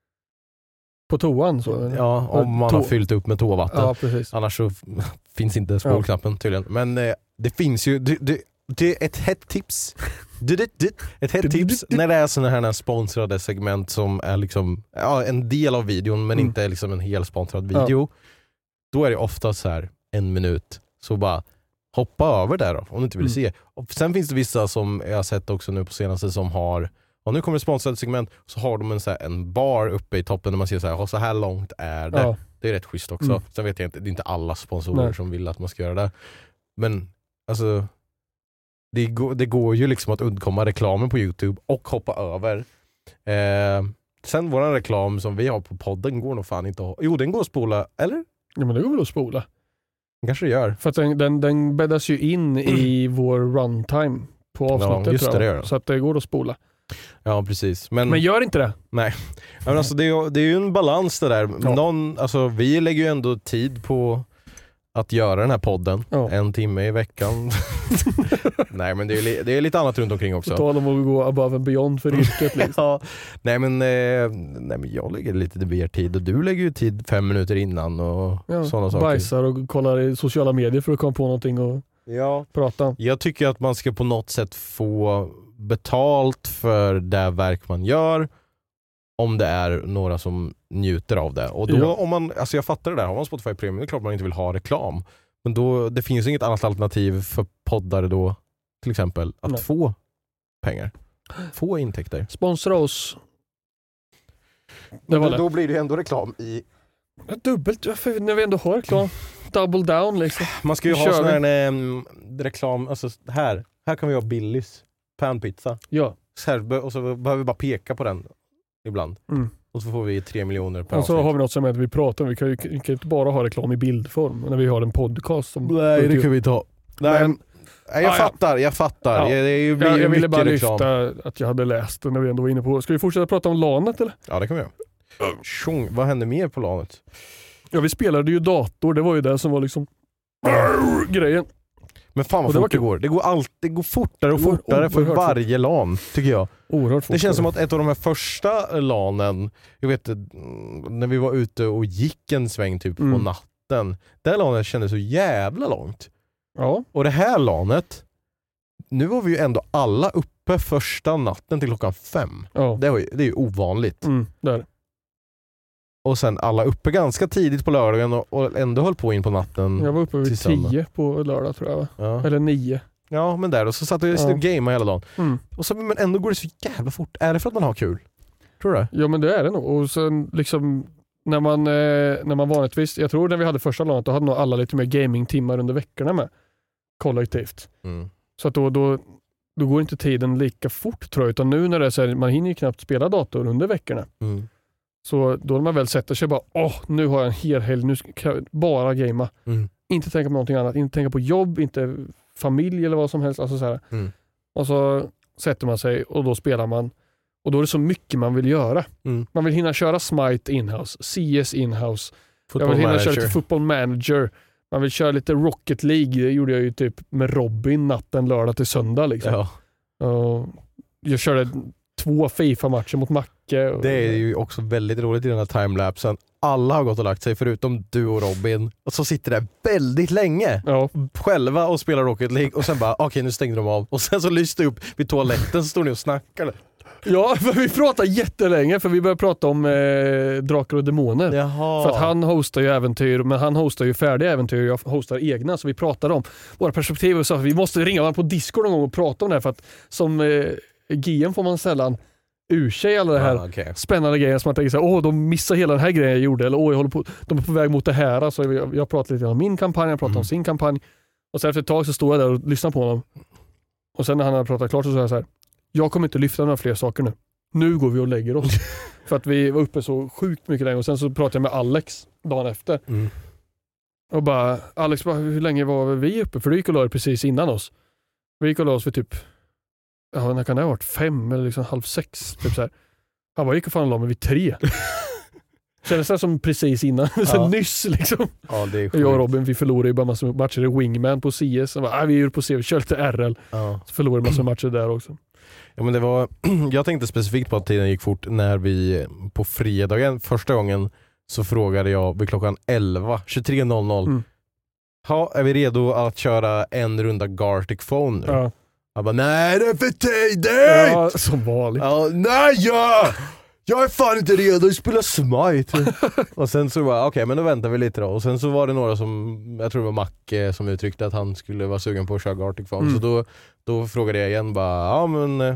På toan så? Ja, om man har fyllt upp med toavatten. Ja, precis. Annars så finns inte spolknappen tydligen. Men det finns ju... Det är ett hett tips. Ett hett tips när det är sådana här sponsrade segment som är liksom en del av videon men inte liksom en hel sponsrad video. Då är det ofta så här 1 minut. Så bara hoppa över där då, om du inte vill se. Och sen finns det vissa som jag har sett också nu på senaste som har, och nu kommer det sponsrade segment, så har de en bar uppe i toppen där man ser så här långt är det. Ja. Det är rätt schysst också. Sen vet jag inte, det är inte alla sponsorer som vill att man ska göra det. Men alltså det går ju liksom att undkomma reklamen på YouTube och hoppa över. Sen våran reklam som vi har på podden går nog fan inte att... Jo, den går att spola, eller? Ja, men det går väl att spola. Kanske det gör. För att den bäddas ju in i vår runtime på avsnittet. Ja, just det gör. Så att det går att spola. Ja, precis. Men gör inte det. Nej. Men alltså, det är ju en balans det där. Ja. Vi lägger ju ändå tid på att göra den här podden 1 timme i veckan. Nej, men det är lite annat runt omkring också. På tal om att gå above and beyond för yrket. Liksom. Ja. Nej, men jag lägger lite mer tid och du lägger ju tid 5 minuter innan och sådana saker. Bajsar och kollar i sociala medier för att komma på någonting och prata. Jag tycker att man ska på något sätt få betalt för det verk man gör, om det är några som njuter av det. Och då om man, alltså jag fattar det där, har man Spotify Premium, det är klart man inte vill ha reklam. Men då, det finns inget annat alternativ för poddare då, till exempel, att få pengar. Få intäkter. Sponsra oss. Då blir det ändå reklam i... Dubbelt, när vi ändå har reklam. Double down liksom. Man ska ju ha sån här reklam, alltså här kan vi ha Billys panpizza. Ja. Och så behöver vi bara peka på den ibland. Och så får vi 3 miljoner per avsnitt. Och så har vi något som heter vi pratar om. Vi kan ju inte bara ha reklam i bildform när vi har en podcast. Nej, det kan vi ta. Nej, jag fattar. Ja. Jag ville bara lyfta att jag hade läst när vi ändå var inne på. Ska vi fortsätta prata om LANet eller? Ja, det kan vi göra. Vad hände mer på LANet? Ja, vi spelade ju dator. Det var ju det som var liksom grejen. Men fan vad fort det går. Det går fortare och fortare för varje LAN, tycker jag. Oerhört fort. Det känns som att ett av de här första LANen, jag vet när vi var ute och gick en sväng typ på natten, det LANet kändes så jävla långt. Ja. Och det här LANet, nu var vi ju ändå alla uppe första natten till 5:00. Ja. Det är ju ovanligt. Där. Och sen alla uppe ganska tidigt på lördagen och ändå höll på in på natten. Jag var uppe vid 10 på lördag tror jag. Ja. Eller 9. Ja, men där. Och så satt jag och gamea hela dagen. Och så, men ändå går det så jävla fort. Är det för att man har kul? Tror du det? Ja, men det är det nog. Och sen liksom när man vanligtvis, jag tror när vi hade första laget, då hade nog alla lite mer gamingtimmar under veckorna med. Kollektivt. Så att då går inte tiden lika fort tror jag. Utan nu när det är så här, man hinner ju knappt spela dator under veckorna. Så då när man väl sätter sig bara, nu har jag en hel helg, nu ska jag bara gamea. Inte tänka på någonting annat, inte tänka på jobb, inte familj eller vad som helst. Alltså så här. Och så sätter man sig och då spelar man. Och då är det så mycket man vill göra. Man vill hinna köra Smite inhouse, CS inhouse. Jag vill hinna köra lite Football Manager. Man vill köra lite Rocket League. Det gjorde jag ju typ med Robin natten lördag till söndag liksom. Ja. Jag körde 2 FIFA-matcher mot Macke. Det är ju också väldigt roligt i den här timelapsen. alla har gått och lagt sig förutom du och Robin. Och så sitter där väldigt länge själva och spelar Rocket League. Och sen bara, okej, nu stängde de av. Och sen så lyste upp vid toaletten så står ni och snackar. Ja, för vi pratar jättelänge för vi börjar prata om Drakar och Demoner. Jaha. För att han hostar ju äventyr, men han hostar ju färdiga äventyr och jag hostar egna, så vi pratar om våra perspektiv och så. Vi måste ringa varandra på Discord någon gång och prata om det här, för att som GM får man sällan ur sig alla det här spännande grejer som man tänker såhär, de missar hela den här grejen jag gjorde, eller jag håller på, de är på väg mot det här. Alltså, jag pratar lite om min kampanj, jag pratar om sin kampanj, och sen efter ett tag så står jag där och lyssnar på honom, och sen när han har pratat klart så säger jag så här: jag kommer inte lyfta några fler saker nu. Nu går vi och lägger oss. För att vi var uppe så sjukt mycket länge. Och sen så pratade jag med Alex dagen efter. Och bara, Alex bara, hur länge var vi uppe? För du gick och la det precis innan oss. Vi gick och la oss för typ, när kan det ha varit? 5 eller liksom 5:30. Typ så här. Han bara, gick och fan la mig vid 3. Kändes det som precis innan. Sen nyss liksom. Ja, det är sjukt. Jag och Robin, vi förlorade ju bara massor med matcher i Wingman på CS. Så bara, vi är ju på CS, vi kör lite RL. Så förlorade massor med matcher där också. Ja, men det var, jag tänkte specifikt på att tiden gick fort när vi på fredagen första gången så frågade jag vid klockan 23:00. Ja, är vi redo att köra en runda Gartic Phone nu? Ja. Jag bara, nej, det är för tidigt! Ja, som vanligt. Ja, nej, jag är fan inte redo att spela Smite. Och sen så var okej, men då väntar vi lite då. Och sen så var det några som, jag tror det var Macke som uttryckte att han skulle vara sugen på att köra Gartic Phone. Så då frågade jag igen bara,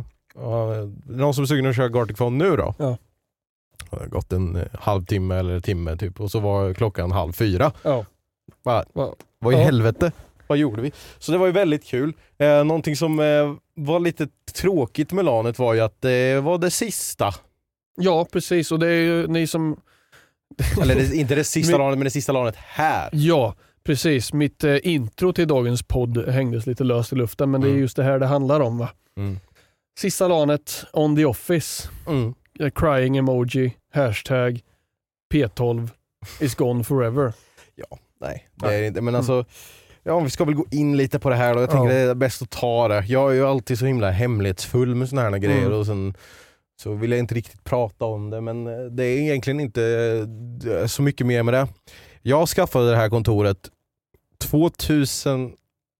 någon som är sugen att köra Gartic Phone nu då? Ja. Det har gått en halvtimme eller timme typ. Och så var klockan 3:30. Ja. Vad i helvete? Vad gjorde vi? Så det var ju väldigt kul. Någonting som var lite tråkigt med LANet var ju att det var det sista. Ja, precis. Och det är ju ni som... Eller inte det sista LANet, men det sista LANet här. Ja, precis. Mitt intro till dagens podd hängdes lite löst i luften, men det är just det här det handlar om, va? Sista LANet, on the office. Crying emoji, hashtag P12 is gone forever. Ja, nej. Det är inte, men alltså... Ja, vi ska väl gå in lite på det här då. Jag tänker det är bäst att ta det. Jag är ju alltid så himla hemlighetsfull med såna här grejer och sen så vill jag inte riktigt prata om det, men det är egentligen inte så mycket mer med det. Jag skaffade det här kontoret 2020,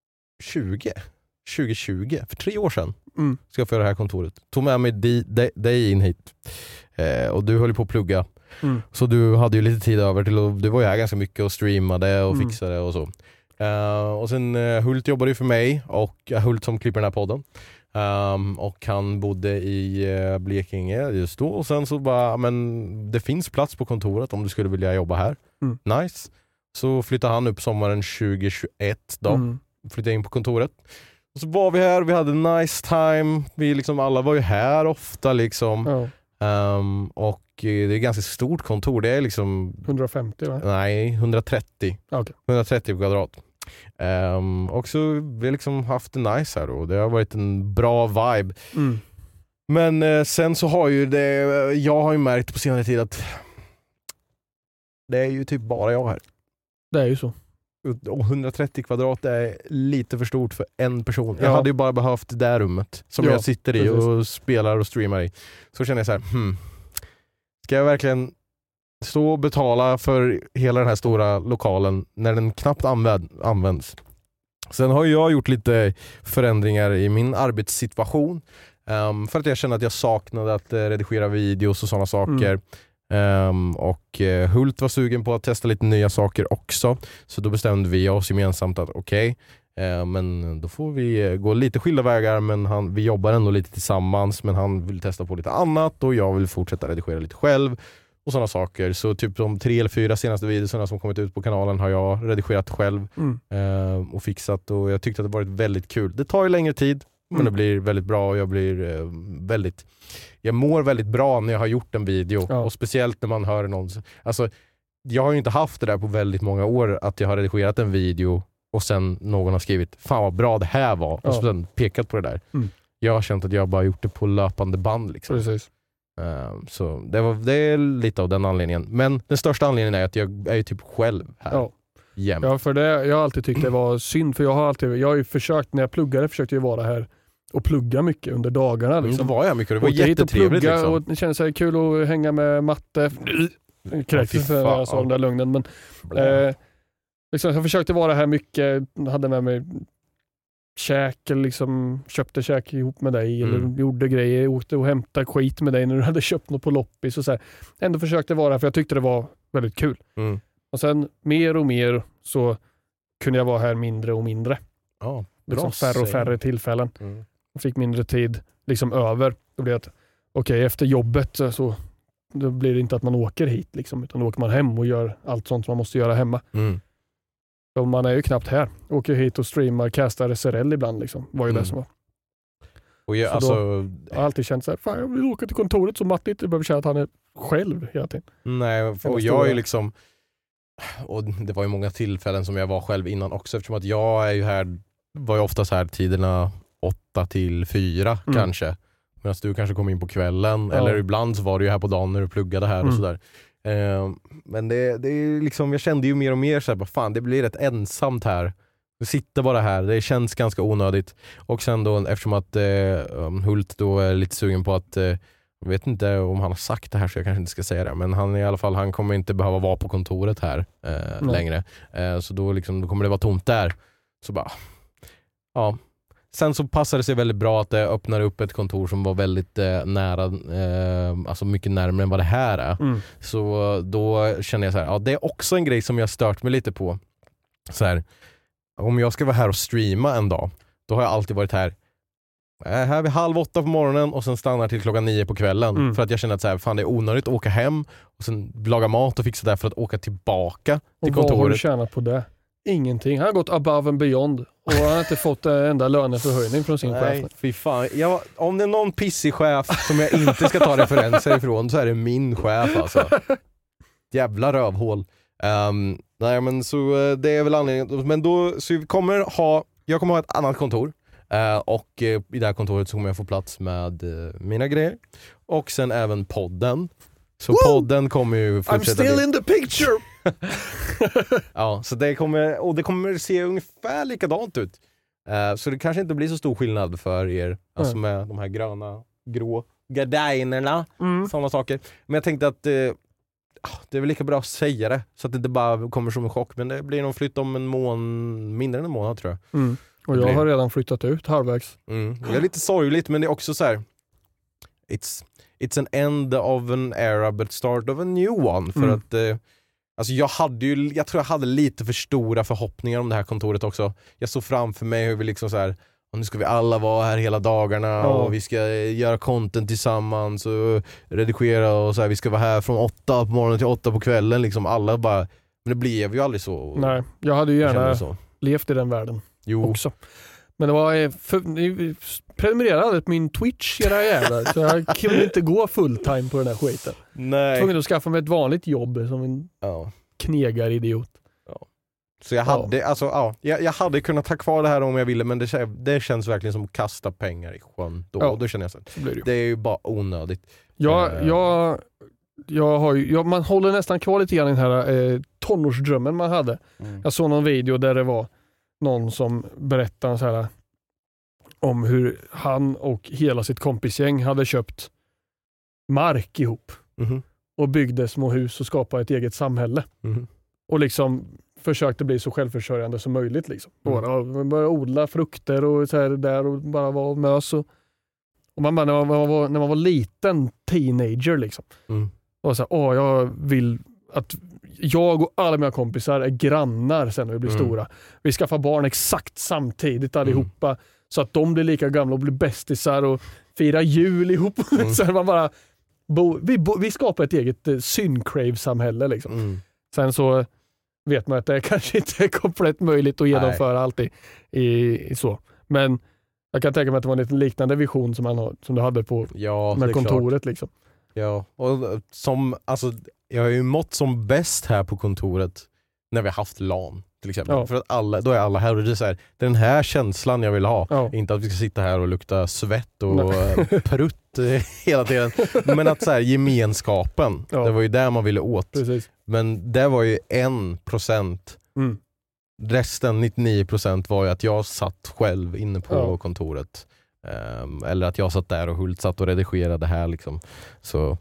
för 3 år sedan skaffade jag det här kontoret. Tog med mig dig in hit och du höll på att plugga. Så du hade ju lite tid över till och du var ju här ganska mycket och streamade och fixade och så. Och sen Hult jobbade ju för mig och Hult som klipper den här podden. Och han bodde i Blekinge just då. Och sen så bara, men det finns plats på kontoret om du skulle vilja jobba här. Nice. Så flyttade han upp sommaren 2021 då. Flyttade in på kontoret. Och så var vi här, vi hade en nice time. Vi liksom alla var ju här ofta liksom. Och det är ett ganska stort kontor. Det är liksom 150 va? Nej, 130. Okay. 130 kvadrat. Och så vi har liksom haft det nice här då. Det har varit en bra vibe. Men sen så har ju det, jag har ju märkt på senare tid att det är ju typ bara jag här. Det är ju så. Och 130 kvadrat är lite för stort för en person. Jag hade ju bara behövt det där rummet som jag sitter i och spelar och streamar i. Så känner jag så här, ska jag verkligen stå och betala för hela den här stora lokalen när den knappt används? Sen har jag gjort lite förändringar i min arbetssituation för att jag känner att jag saknade att redigera videos och sådana saker. Och Hult var sugen på att testa lite nya saker också. Så då bestämde vi oss gemensamt att men då får vi gå lite skilda vägar, men vi jobbar ändå lite tillsammans, men han vill testa på lite annat och jag vill fortsätta redigera lite själv och sådana saker. Så typ de 3 eller 4 senaste videorna som kommit ut på kanalen har jag redigerat själv och fixat, och jag tyckte att det varit väldigt kul. Det tar ju längre tid, men det blir väldigt bra och jag mår väldigt bra när jag har gjort en video. Och speciellt när man hör någon, alltså jag har ju inte haft det där på väldigt många år, att jag har redigerat en video och sen någon har skrivit fan vad bra det här var och sen pekat på det där. Jag har känt att jag bara gjort det på löpande band liksom. Precis. Så det är lite av den anledningen. Men den största anledningen är att jag är ju typ själv här. Ja, för det, jag har alltid tyckt det var synd, för jag har ju försökt, när jag pluggade försökte jag vara här och plugga mycket under dagarna liksom. Så var jag mycket, det var jättetrevligt liksom. Och det kändes så kul att hänga med matte. kräktes när jag sa den där lögnen. Men liksom, jag försökte vara här mycket, hade med mig käk, eller liksom köpte käk ihop med dig eller gjorde grejer, åkte och hämtade skit med dig när du hade köpt något på loppis och så här. Ändå försökte vara här för jag tyckte det var väldigt kul. Och sen mer och mer så kunde jag vara här mindre och mindre. Ja, liksom färre och färre tillfällen. Och fick mindre tid liksom över. Då blev det okej, efter jobbet så då blir det inte att man åker hit liksom, utan då åker man hem och gör allt sånt som man måste göra hemma. Och man är ju knappt här. Åker hit och streamar, castar SRL ibland liksom. Var ju det som var. Och jag, alltså, jag har alltid känt så här, fan jag vill åka till kontoret så Matti inte behöver känna att han är själv hela tiden. Nej, och jag är ju liksom, och det var ju många tillfällen som jag var själv innan också, eftersom att jag är ju här, var ju oftast här tiderna 8-4 kanske. Medan du kanske kom in på kvällen, eller ibland så var du ju här på dagen när du pluggade här och sådär. Men det är liksom, jag kände ju mer och mer så här, fan det blir rätt ensamt här. Du sitter bara här, det känns ganska onödigt. Och sen då, eftersom att Hult då är lite sugen på att, jag vet inte om han har sagt det här så jag kanske inte ska säga det, men han i alla fall, han kommer inte behöva vara på kontoret här längre. Så då, liksom, då kommer det vara tomt där. Så bara, ja. Sen så passade det sig väldigt bra att det öppnar upp ett kontor som var väldigt nära, alltså mycket närmare än vad det här är. Så då känner jag så här, ja det är också en grej som jag stört mig lite på. Så här, om jag ska vara här och streama en dag, då har jag alltid varit här vid 7:30 på morgonen och sen stannar till 9:00 på kvällen. För att jag känner att så här, fan det är onödigt att åka hem och sen laga mat och fixa det för att åka tillbaka till kontoret. Och vad har du tjänat på det? Ingenting. Han har gått above and beyond och han har inte fått en enda löneförhöjning från sin chef. Fy fan. Om det är någon pissig chef som jag inte ska ta referenser ifrån så är det min chef alltså. Jävla rövhål. Nej men så det är väl anledningen. Men då så jag kommer ha ett annat kontor. Och i det här kontoret så kommer jag få plats med mina grejer. Och sen även podden. Så podden kommer ju fortsätta. I'm still in the picture! Ja, så det kommer se ungefär likadant ut. Så det kanske inte blir så stor skillnad för er. Alltså med de här grå gardinerna. Sådana saker. Men jag tänkte att det är väl lika bra att säga det. Så att det inte bara kommer som en chock. Men det blir någon flytt om mindre än en månad tror jag. Och jag har redan flyttat ut halvvägs. Det är lite sorgligt men det är också så här. It's an end of an era but start of a new one. För att alltså jag tror jag hade lite för stora förhoppningar om det här kontoret också. Jag såg framför mig hur vi liksom så här, nu ska vi alla vara här hela dagarna och vi ska göra content tillsammans och redigera och så här, vi ska vara här från 8 på morgonen till 8 på kvällen liksom, alla bara, men det blev ju aldrig så. Nej, jag hade ju gärna levt i den världen också. Men det var ni prenumererade på min Twitch era jävlar, så jag kunde inte gå fulltime på den här skiten. Nej. Jag tvungen att skaffa mig ett vanligt jobb som en knegaridiot. Så jag hade jag hade kunnat ta kvar det här om jag ville, men det känns verkligen som att kasta pengar i sjön då. Då känner jag så det är ju bara onödigt. Man håller nästan kvar lite grann den här tonårsdrömmen man hade. Jag såg någon video där det var någon som berättade så här om hur han och hela sitt kompisgäng hade köpt mark ihop och byggde små hus och skapade ett eget samhälle. Och liksom försökte bli så självförsörjande som möjligt liksom. Börja odla frukter och så här där och bara vara mös och man bara när man var liten teenager liksom. Och så här, jag vill att jag och alla mina kompisar är grannar sen när vi blir stora. Vi skaffar barn exakt samtidigt allihopa så att de blir lika gamla och blir bästisar och firar jul ihop. Så man bara vi skapar ett eget syncrave-samhälle liksom. Sen så vet man att det kanske inte är komplett möjligt att genomföra alltid i så. Men jag kan tänka mig att det var en lite liknande vision som du hade på med kontoret liksom. Ja, och jag har ju mått som bäst här på kontoret när vi har haft LAN till exempel. För att då är alla här och det är så här, den här känslan jag vill ha. Inte att vi ska sitta här och lukta svett och prutt hela tiden. Men att så här, gemenskapen, det var ju där man ville åt. Precis. Men det var ju 1%. Resten 99% var ju att jag satt själv inne på kontoret. Eller att jag satt där och Hult satt och redigerade här liksom. Så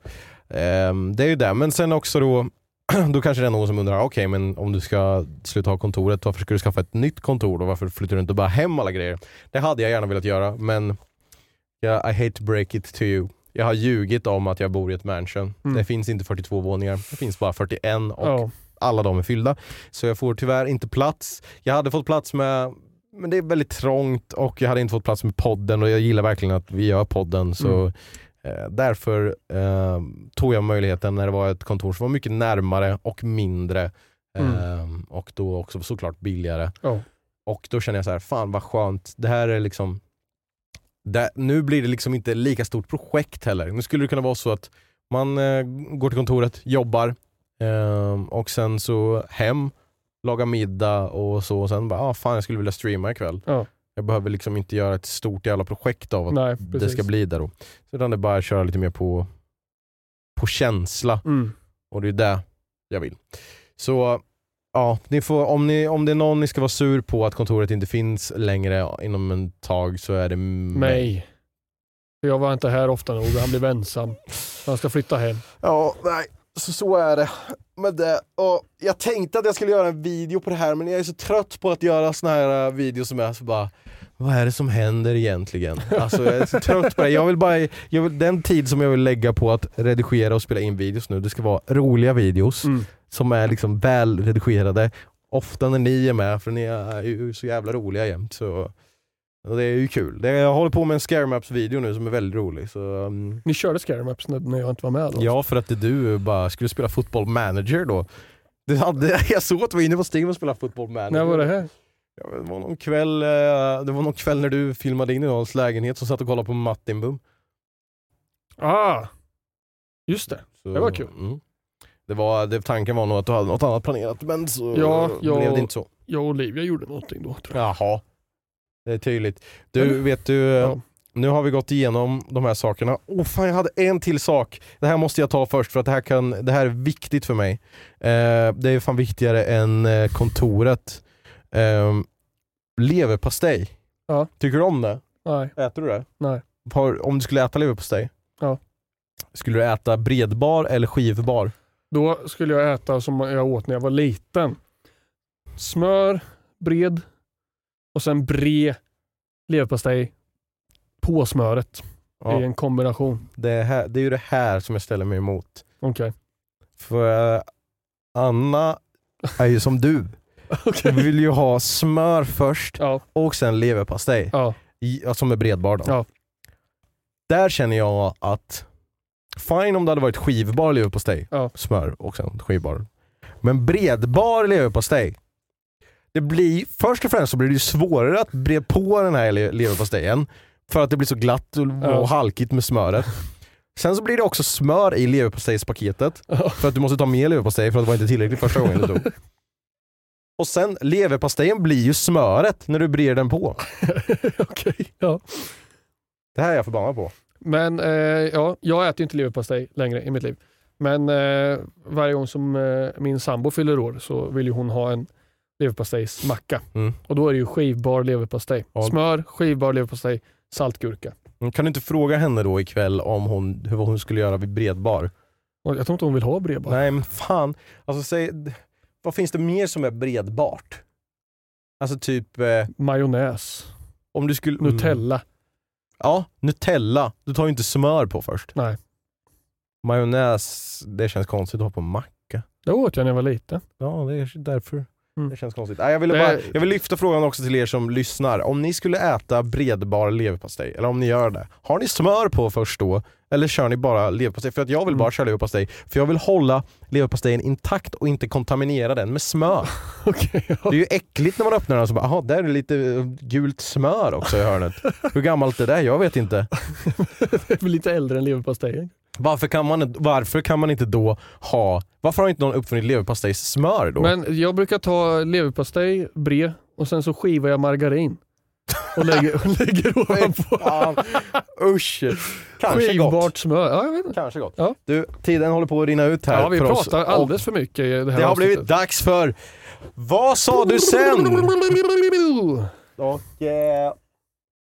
Det är ju det, men sen också då kanske det är någon som undrar, okej, men om du ska sluta ha kontoret, varför ska du skaffa ett nytt kontor då? Varför flyttar du inte bara hem alla grejer? Det hade jag gärna velat göra, men I hate to break it to you. Jag har ljugit om att jag bor i ett mansion. Det finns inte 42 våningar, det finns bara 41 och alla de är fyllda. Så jag får tyvärr inte plats. Jag hade fått plats med, men det är väldigt trångt, och jag hade inte fått plats med podden, och jag gillar verkligen att vi gör podden, så därför tog jag möjligheten när det var ett kontor som var mycket närmare och mindre och då också såklart billigare. Och då känner jag så här, fan vad skönt, det här är liksom nu blir det liksom inte lika stort projekt heller. Nu skulle det kunna vara så att man går till kontoret, jobbar och sen så hem, lagar middag och så, och sen bara, fan jag skulle vilja streama ikväll. Jag behöver liksom inte göra ett stort jävla projekt av att det ska bli där då. Så utan det är bara att köra lite mer på känsla. Och det är det jag vill. Så ja, ni får, om det är någon ni ska vara sur på att kontoret inte finns längre inom en tag, så är det mig. Jag var inte här ofta nog, han blev ensam. Han ska flytta hem. Ja, nej. Så är det med det. Och jag tänkte att jag skulle göra en video på det här, men jag är så trött på att göra såna här videos som är så bara, vad är det som händer egentligen? Alltså jag är så trött på det. Jag vill den tid som jag vill lägga på att redigera och spela in videos nu, det ska vara roliga videos som är liksom väl redigerade. Ofta när ni är med, för ni är ju så jävla roliga jämt, så det är ju kul. Jag håller på med en Scare Maps-video nu som är väldigt rolig. Så, ni körde Scare Maps när jag inte var med då? Ja, för att du bara skulle spela Football Manager då. Jag såg att du var inne på Steam och spelade Football Manager. När var det här? Ja, det var någon kväll när du filmade in i någons lägenhet som satt och kollade på Mattinbum. Just det. Så, det var kul. Tanken var nog att du hade något annat planerat, men så blev det inte så. Jag och Olivia gjorde någonting då, tror jag. Jaha. Det är tydligt. Nu har vi gått igenom de här sakerna. Fan, jag hade en till sak. Det här måste jag ta först, för att det här är viktigt för mig. Det är fan viktigare än kontoret. Leverpastej. Ja. Tycker du om det? Nej. Äter du det? Nej. Om du skulle äta leverpastej? Ja. Skulle du äta bredbar eller skivbar? Då skulle jag äta som jag åt när jag var liten. Smör, bred och sen bred leverpastej på smöret. I en kombination. Det är ju det här som jag ställer mig emot. Okej. För Anna är ju som du. Okay. Vi vill ju ha smör först och sen leverpastej. Som är bredbar då. Ja. Där känner jag att fine om det hade varit skivbar leverpastej. Smör och sen skivbar. Men bredbar leverpastej, det blir, först och främst så blir det ju svårare att bre på den här leverpastejen för att det blir så glatt och halkigt med smöret. Sen så blir det också smör i leverpastejspaketet för att du måste ta med leverpastej för att det var inte tillräckligt första gången du tog. Och sen leverpastejen blir ju smöret när du brer den på. Okej, ja. Det här är jag förbannad på. Men jag äter ju inte leverpastej längre i mitt liv. Men varje gång som min sambo fyller år så vill ju hon ha en leverpastejsmacka. Och då är det ju skivbar leverpastej. Smör, skivbar leverpastej, saltgurka. Kan du inte fråga henne då ikväll om vad hon skulle göra vid bredbar? Jag tror inte hon vill ha bredbar. Nej, men fan. Alltså, vad finns det mer som är bredbart? Alltså typ... majonnäs. Om du skulle... Nutella. Ja, Nutella. Du tar ju inte smör på först. Nej. Majonnäs, det känns konstigt att ha på macka. Det åt jag när jag var liten. Ja, det är därför. Det känns konstigt. Jag vill lyfta frågan också till er som lyssnar. Om ni skulle äta bredbar leverpastej, eller om ni gör det, har ni smör på först då? Eller kör ni bara leverpastej? För att jag vill bara köra leverpastej. För jag vill hålla leverpastejen intakt och inte kontaminera den med smör. Okay, ja. Det är ju äckligt när man öppnar den och så bara, aha, där är det lite gult smör också i hörnet. Hur gammalt är det? Jag vet inte. Det är väl lite äldre än leverpastejen. Varför kan man inte då ha... Varför har inte någon uppfunnit leverpastejssmör då? Men jag brukar ta leverpastej, bre och sen så skivar jag margarin. Och lägger ovanpå. Usch. Kanske skivbart gott. Smör. Ja, jag vet inte. Kanske gott. Ja. Du, tiden håller på att rinna ut här. Ja, vi för pratar oss. alldeles för mycket i det här Det har blivit dags för Vad sa du sen? Och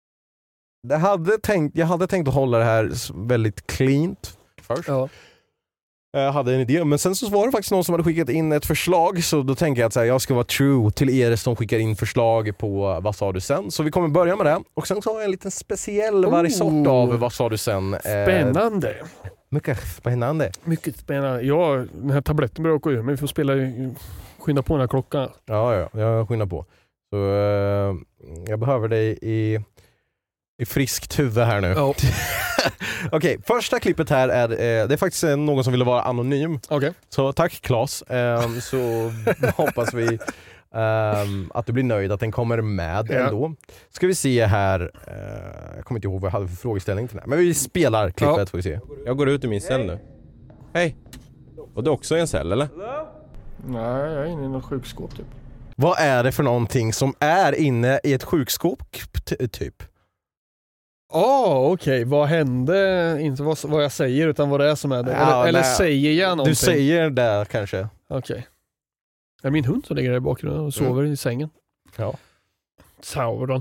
jag hade tänkt att hålla det här väldigt cleant först. Ja. hade en idé. Men sen så var det faktiskt någon som hade skickat in ett förslag, så då tänker jag att så här, jag ska vara true till er som skickar in förslag på Vad sa du sen? Så vi kommer börja med det. Och sen så har jag en liten speciell variant av Vad sa du sen? Spännande. Mycket spännande. Mycket spännande. Ja, den här tabletten börjar åka ur, men vi får skynda på den här klockan. Ja, jag skyndar på. Så jag behöver dig i friskt huvud här nu. Ja. Okej, första klippet här är det är faktiskt någon som ville vara anonym. Okay. Så tack Claes. Så hoppas vi att du blir nöjd att den kommer med ändå. Ska vi se här. Jag kommer inte ihåg vad jag hade för frågeställning till den här. Men vi spelar klippet får vi se. Jag går ut i min cell nu. Hej. Och du också i en cell eller? Nej, jag är inne i något sjukskåp typ. Vad är det för någonting som är inne i ett sjukskåp typ? Okej. Vad hände? Inte vad jag säger utan vad det är som är det. Eller säger jag någonting? Du säger det kanske. Okej. Det är min hund som ligger där i bakgrunden och sover i sängen. Ja. Sauron.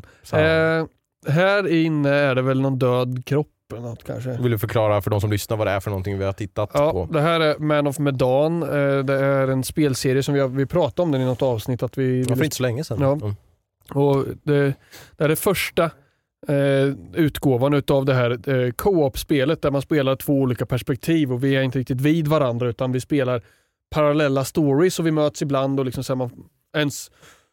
Här inne är det väl någon död kropp eller något kanske. Vill du förklara för de som lyssnar vad det är för någonting vi har tittat på? Ja, det här är Man of Medan. Det är en spelserie som vi pratade om den i något avsnitt. Att vi för inte så länge sedan. Ja. Och det är det första utgåvan utav det här co-op-spelet där man spelar två olika perspektiv och vi är inte riktigt vid varandra utan vi spelar parallella stories och vi möts ibland och liksom så man ens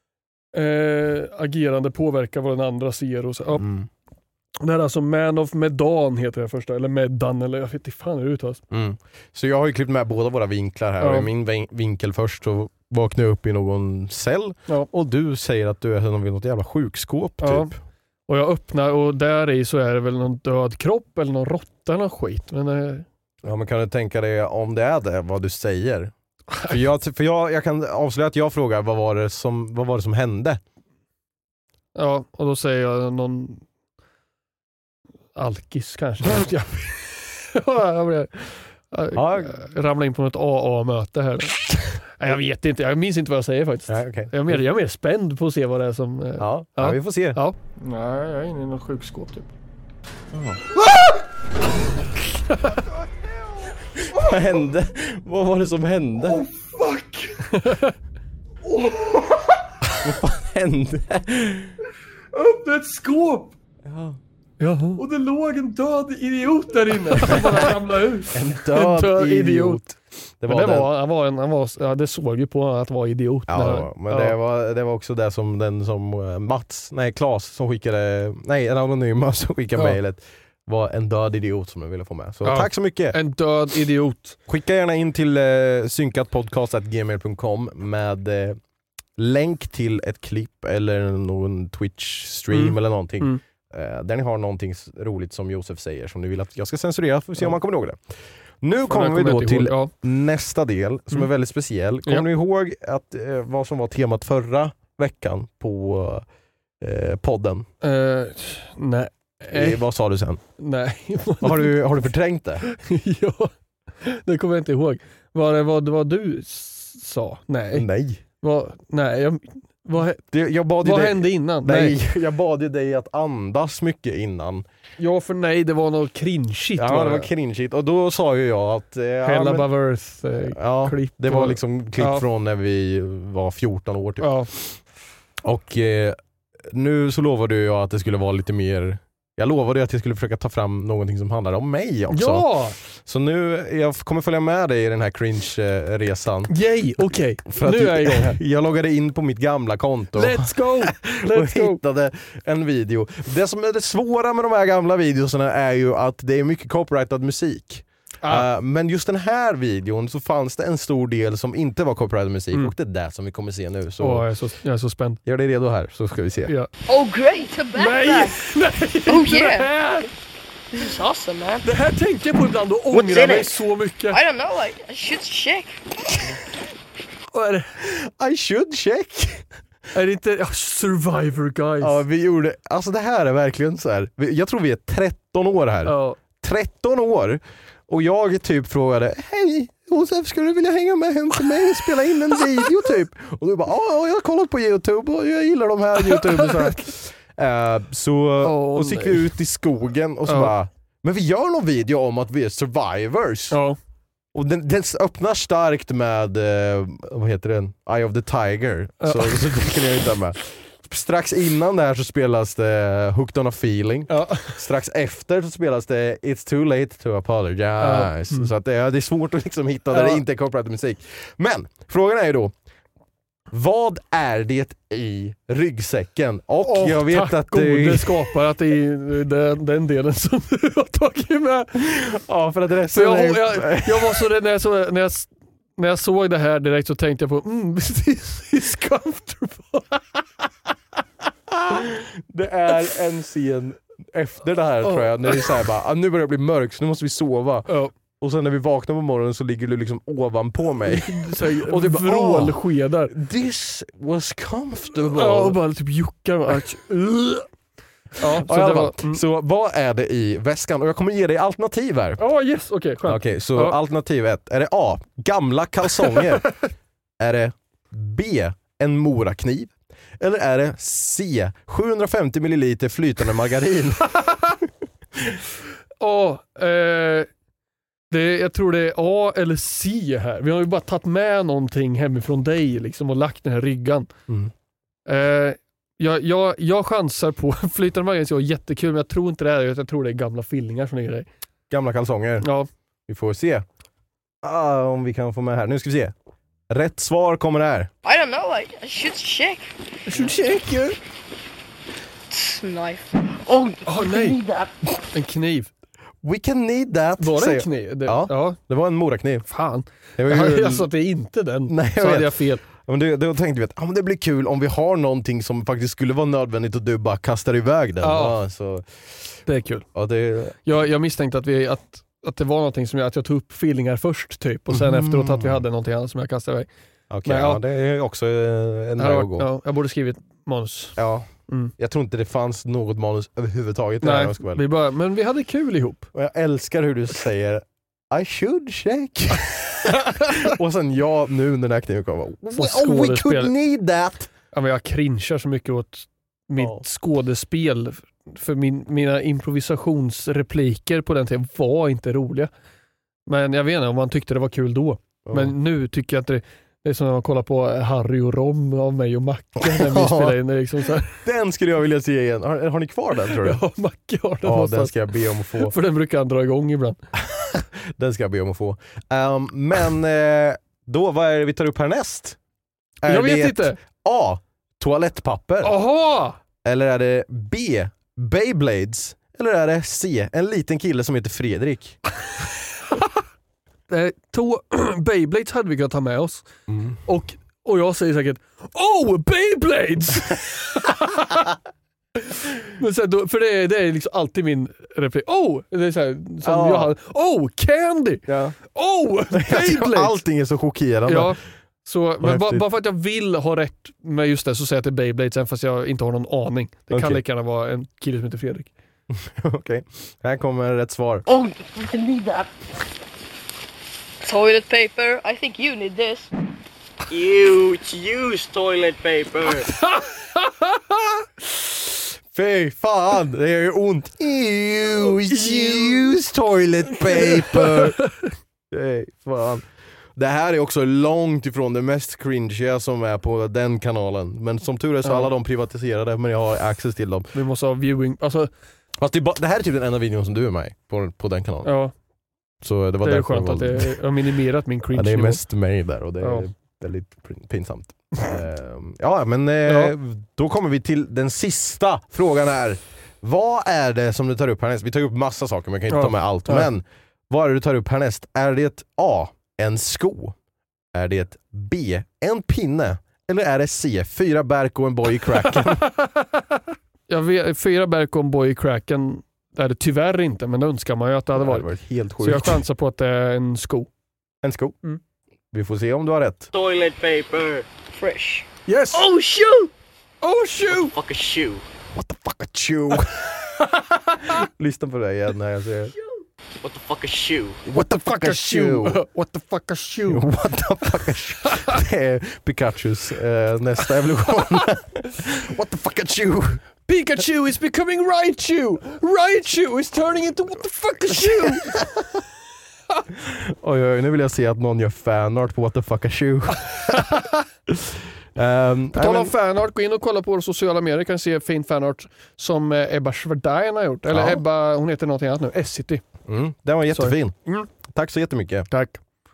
agerande påverkar vad den andra ser och så. Ja. Det är alltså Man of Medan heter det första, eller Medan, eller jag vet inte fan hur det uttalas. Så jag har ju klippt med båda våra vinklar här. Och i min vinkel först så vaknar jag upp i någon cell och du säger att du är något jävla sjukskåp typ. Och jag öppnar och där i så är det väl någon död kropp eller någon råtta eller skit. Men, ja, men kan du tänka dig om det är det, vad du säger? För jag kan avslöja att jag frågar vad var det som hände? Ja, och då säger jag någon alkis kanske. Jag ramlar in på något AA-möte här. Jag vet inte, jag minns inte vad jag säger faktiskt. Nej, okay. Jag är mer spänd på att se vad det är som... Ja, vi får se. Ja. Nej, jag är inne i något sjukskåp typ. Vad hände? Vad var det som hände? Oh fuck! Vad fan hände? Öppna ett skåp! Jaha. Och det låg en död idiot där inne som bara ramlade ut. En död idiot. Det såg ju på att det var idiot. Ja, men det var också det som Claes som skickade, en anonym som skickade mejlet var en död idiot som jag ville få med. Så tack så mycket. En död idiot. Skicka gärna in till synkatpodcast@gmail.com med länk till ett klipp eller någon Twitch-stream eller någonting. Där ni har någonting roligt som Josef säger som ni vill att jag ska censurera för att se om man kommer ihåg det. Nu kommer vi då till nästa del som är väldigt speciell. Kommer ni ihåg att vad som var temat förra veckan på podden? Nej. Vad sa du sen? Nej. Har du förträngt det? Ja, det kommer jag inte ihåg. Vad du sa? Nej. Vad hände innan? Nej, jag bad ju dig att andas mycket innan. Ja, för det var något cringeigt. Ja, det var cringeigt. Och då sa ju jag att... Hell Above Earth klipp. Det var liksom klipp från när vi var 14 år typ. Ja. Och nu så lovade jag att det skulle vara lite mer... Jag lovade att jag skulle försöka ta fram någonting som handlar om mig också. Ja! Så nu, jag kommer följa med dig i den här cringe-resan. Yay, okej. Nu är jag igång här. Jag loggade in på mitt gamla konto. Let's go! Och hittade en video. Det som är det svåra med de här gamla videorna är ju att det är mycket copyrightad musik. Men just den här videon så fanns det en stor del som inte var copyrightad musik och det är det som vi kommer se nu. Så jag är så spänd. Gör dig redo här så ska vi se. Yeah. Oh great, a Nej, oh yeah. This is awesome, man. Det här tänker jag på ibland och ångrar mig så mycket. I don't know, I should check. Vad är det? I should check. Är det inte Survivor guys? Ja, vi gjorde, alltså det här är verkligen så här. Jag tror vi är 13 år här. 13 år. Och jag typ frågade, hej Josef, skulle du vilja hänga med hem till mig och spela in en video typ? Och du bara, jag har kollat på YouTube och jag gillar de här YouTube och så gick vi ut i skogen och så bara, men vi gör någon video om att vi är survivors. Och den öppnar starkt med, vad heter den? Eye of the Tiger. Så det kan jag inte ha med. Strax innan det här så spelas det Hooked on a Feeling. Strax efter så spelas det It's Too Late to Apologize. Så att det är svårt att liksom hitta där det inte är kopplad musik. Men frågan är ju då, vad är det i ryggsäcken? Och jag vet att det skapar att det är den delen som du har tagit med. Ja, för att resten jag var så rädd när jag såg det här direkt så tänkte jag på it's comfortable. Det är en scen efter det här tror jag, när det är så här bara, nu börjar det bli mörkt så nu måste vi sova. Och sen när vi vaknar på morgonen så ligger du liksom ovanpå mig. Och det bara vrålskedar. This was comfortable. Ja, och bara typ juckar. Så vad är det i väskan? Och jag kommer ge dig alternativ här. Yes, okej, skönt. Okej, så alternativ 1. Är det A, gamla kalsonger? Är det B, en morakniv? Eller är det C, 750 ml flytande margarin? Jag tror det är A eller C här. Vi har ju bara tagit med någonting hemifrån dig liksom, och lagt den här ryggan. Jag chansar på flytande margarin, så jättekul, men jag tror inte det är. Jag tror det är gamla fyllningar som ligger där. Gamla kalsonger? Ja. Vi får se om vi kan få med här. Nu ska vi se. Rätt svar kommer här. I don't know, I should check. Knife. Nej. En kniv. We can need that. Var det en kniv? Det var en morakniv. Fan. Jag sa att det är inte den. Nej, så hade jag fel. Men då tänkte vi att det blir kul om vi har någonting som faktiskt skulle vara nödvändigt och du bara kastar iväg den. Så. Det är kul. Ja, jag misstänkte att det var någonting som att jag tog upp feelingar först typ, och sen efteråt att vi hade någonting annat som jag kastade iväg. Okej, det är också en väg att gå. Jag borde skrivit manus. Ja. Jag tror inte det fanns något manus överhuvudtaget. Nej, men vi hade kul ihop. Och jag älskar hur du säger I should check. Och sen nu när den här kniven kommer. We could need that. Ja, men jag cringear så mycket åt mitt skådespel. För mina improvisationsrepliker på den tiden var inte roliga. Men jag vet inte om man tyckte det var kul då. Men nu tycker jag inte det är som när man kollar på Harry och Rom av mig och Macke när vi spelar in. Liksom så här. Den skulle jag vilja se igen. Har ni kvar den, tror du? Ja, Macke har den. Ja, den ska jag be om att få. För den brukar han dra igång ibland. Den ska jag be om att få. Men då, vad är det vi tar upp härnäst? Jag vet inte. A, toalettpapper. Aha! Eller är det B, Beyblades? Eller är det C, en liten kille som heter Fredrik? Beyblades hade vi kunnat ta med oss. Och jag säger säkert Beyblades! Men sen då, för det är liksom alltid min replik. Det är så här, som jag hade. Candy! Ja. Beyblades! Allting är så chockerande. Ja. Så, men bara för att jag vill ha rätt med just det så säger jag att det är Beyblades, även fast jag inte har någon aning. Det kan lika gärna vara en kille som heter Fredrik. Okej. Här kommer rätt svar. You need that. Toilet paper. I think you need this. Use toilet paper. Fy fan, det är ju ont. Use toilet paper. Fy fan. Det här är också långt ifrån det mest cringe som är på den kanalen. Men som tur är så alla de privatiserade, men jag har access till dem. Vi måste ha viewing. Alltså... Fast det här är typ den enda videon som du är med på den kanalen. Ja. Så det är skönt att jag har minimerat min cringe. Det är mest mig där och det är väldigt pinsamt. Men då kommer vi till den sista frågan här. Vad är det som du tar upp härnäst? Vi tar upp massa saker, men jag kan inte ta med allt. Men vad är det du tar upp härnäst? Är det A, en sko? Är det B, en pinne? Eller är det C, 4 bärk och en boy i cracken? Jag vet, 4 bärk och en boy i cracken är det tyvärr inte, men det önskar man ju att det hade varit. Helt sjukt. Så jag chansar på att det är en sko. En sko? Vi får se om du har rätt. Toilet paper. Fresh. Yes! Oh shoe! What the fuck a shoe? What the fuck a shoe? Lyssna på det igen när jag säger What the fuck a shoe? What the fuck a shoe? What the fuck a shoe? What the fuck a shoe? Det är Pikachus nästa evolution. What the fuck a shoe? Pikachu is becoming Raichu. Raichu is turning into what the fuck a shoe? Oj, nu vill jag se att någon gör fanart på What the fuck a shoe. På tal om fanart, gå in och kolla på våra sociala medier, kan se fin fanart som Ebba Schwardain har gjort. Eller Ebba, hon heter någonting annat nu, S-City. Den var jättefin. Tack så jättemycket. Tack.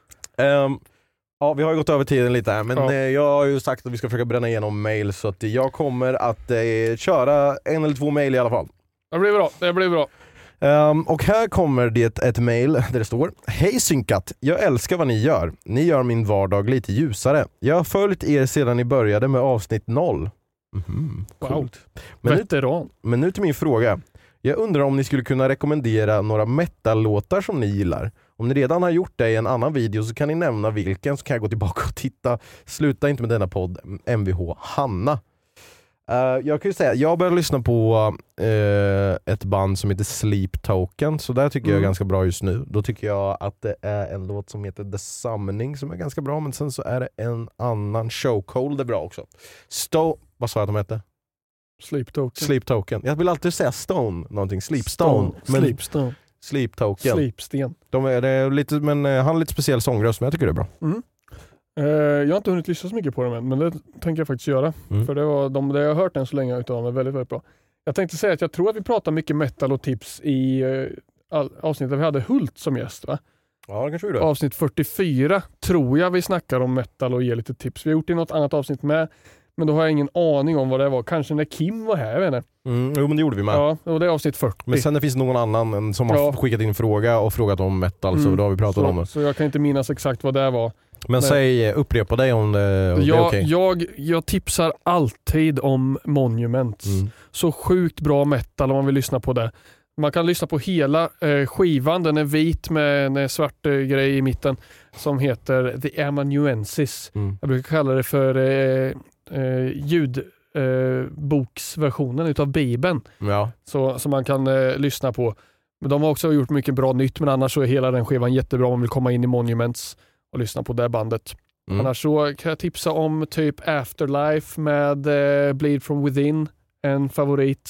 Ja, vi har ju gått över tiden lite här, men jag har ju sagt att vi ska försöka bränna igenom mail, så att jag kommer att köra 1 eller 2 mail i alla fall. Det blir bra. Och här kommer det ett mail där det står: Hej synkat, jag älskar vad ni gör. Ni gör min vardag lite ljusare. Jag har följt er sedan ni började med avsnitt 0. Wow. Men nu till min fråga. Jag undrar om ni skulle kunna rekommendera några metal-låtar som ni gillar. Om ni redan har gjort det i en annan video så kan ni nämna vilken, så kan jag gå tillbaka och titta. Sluta inte med denna podd, MVH Hanna. Jag kan ju säga, jag började lyssna på ett band som heter Sleep Token, så där tycker jag är ganska bra just nu. Då tycker jag att det är en låt som heter The Summoning som är ganska bra, men sen så är det en annan, Chokehold är bra också. Vad sa jag att de hette? Sleep Token. Jag vill alltid säga Stone, någonting. Sleepstone. Sleep Token. Sleepsten. Det är lite, men han har lite speciell sångröst, men jag tycker det är bra. Jag har inte hunnit lyssna så mycket på dem än, men det tänker jag faktiskt göra. För det jag har hört än så länge utav dem är väldigt, väldigt bra. Jag tänkte säga att jag tror att vi pratar mycket metal och tips i avsnittet där vi hade Hult som gäst, va? Ja, det kanske vi gör. Avsnitt 44 tror jag vi snackar om metal och ger lite tips. Vi har gjort det i något annat avsnitt med, men då har jag ingen aning om vad det var. Kanske när Kim var här, jag vet inte. Jo, men det gjorde vi med. Ja, och det är avsnitt 40. Men sen det finns någon annan som har skickat in fråga och frågat om metal, så då har vi pratat om det. Så jag kan inte minnas exakt vad det var. Men upprepa dig om det är okej. Jag tipsar alltid om Monuments. Så sjukt bra metal om man vill lyssna på det. Man kan lyssna på hela skivan. Den är vit med en svart grej i mitten som heter The Amanuensis. Jag brukar kalla det för ljudboksversionen utav Bibeln. Ja. Så man kan lyssna på. Men de har också gjort mycket bra nytt, men annars så är hela den skivan jättebra om man vill komma in i Monuments och lyssna på det bandet. Annars så kan jag tipsa om typ Afterlife med Bleed From Within, en favorit.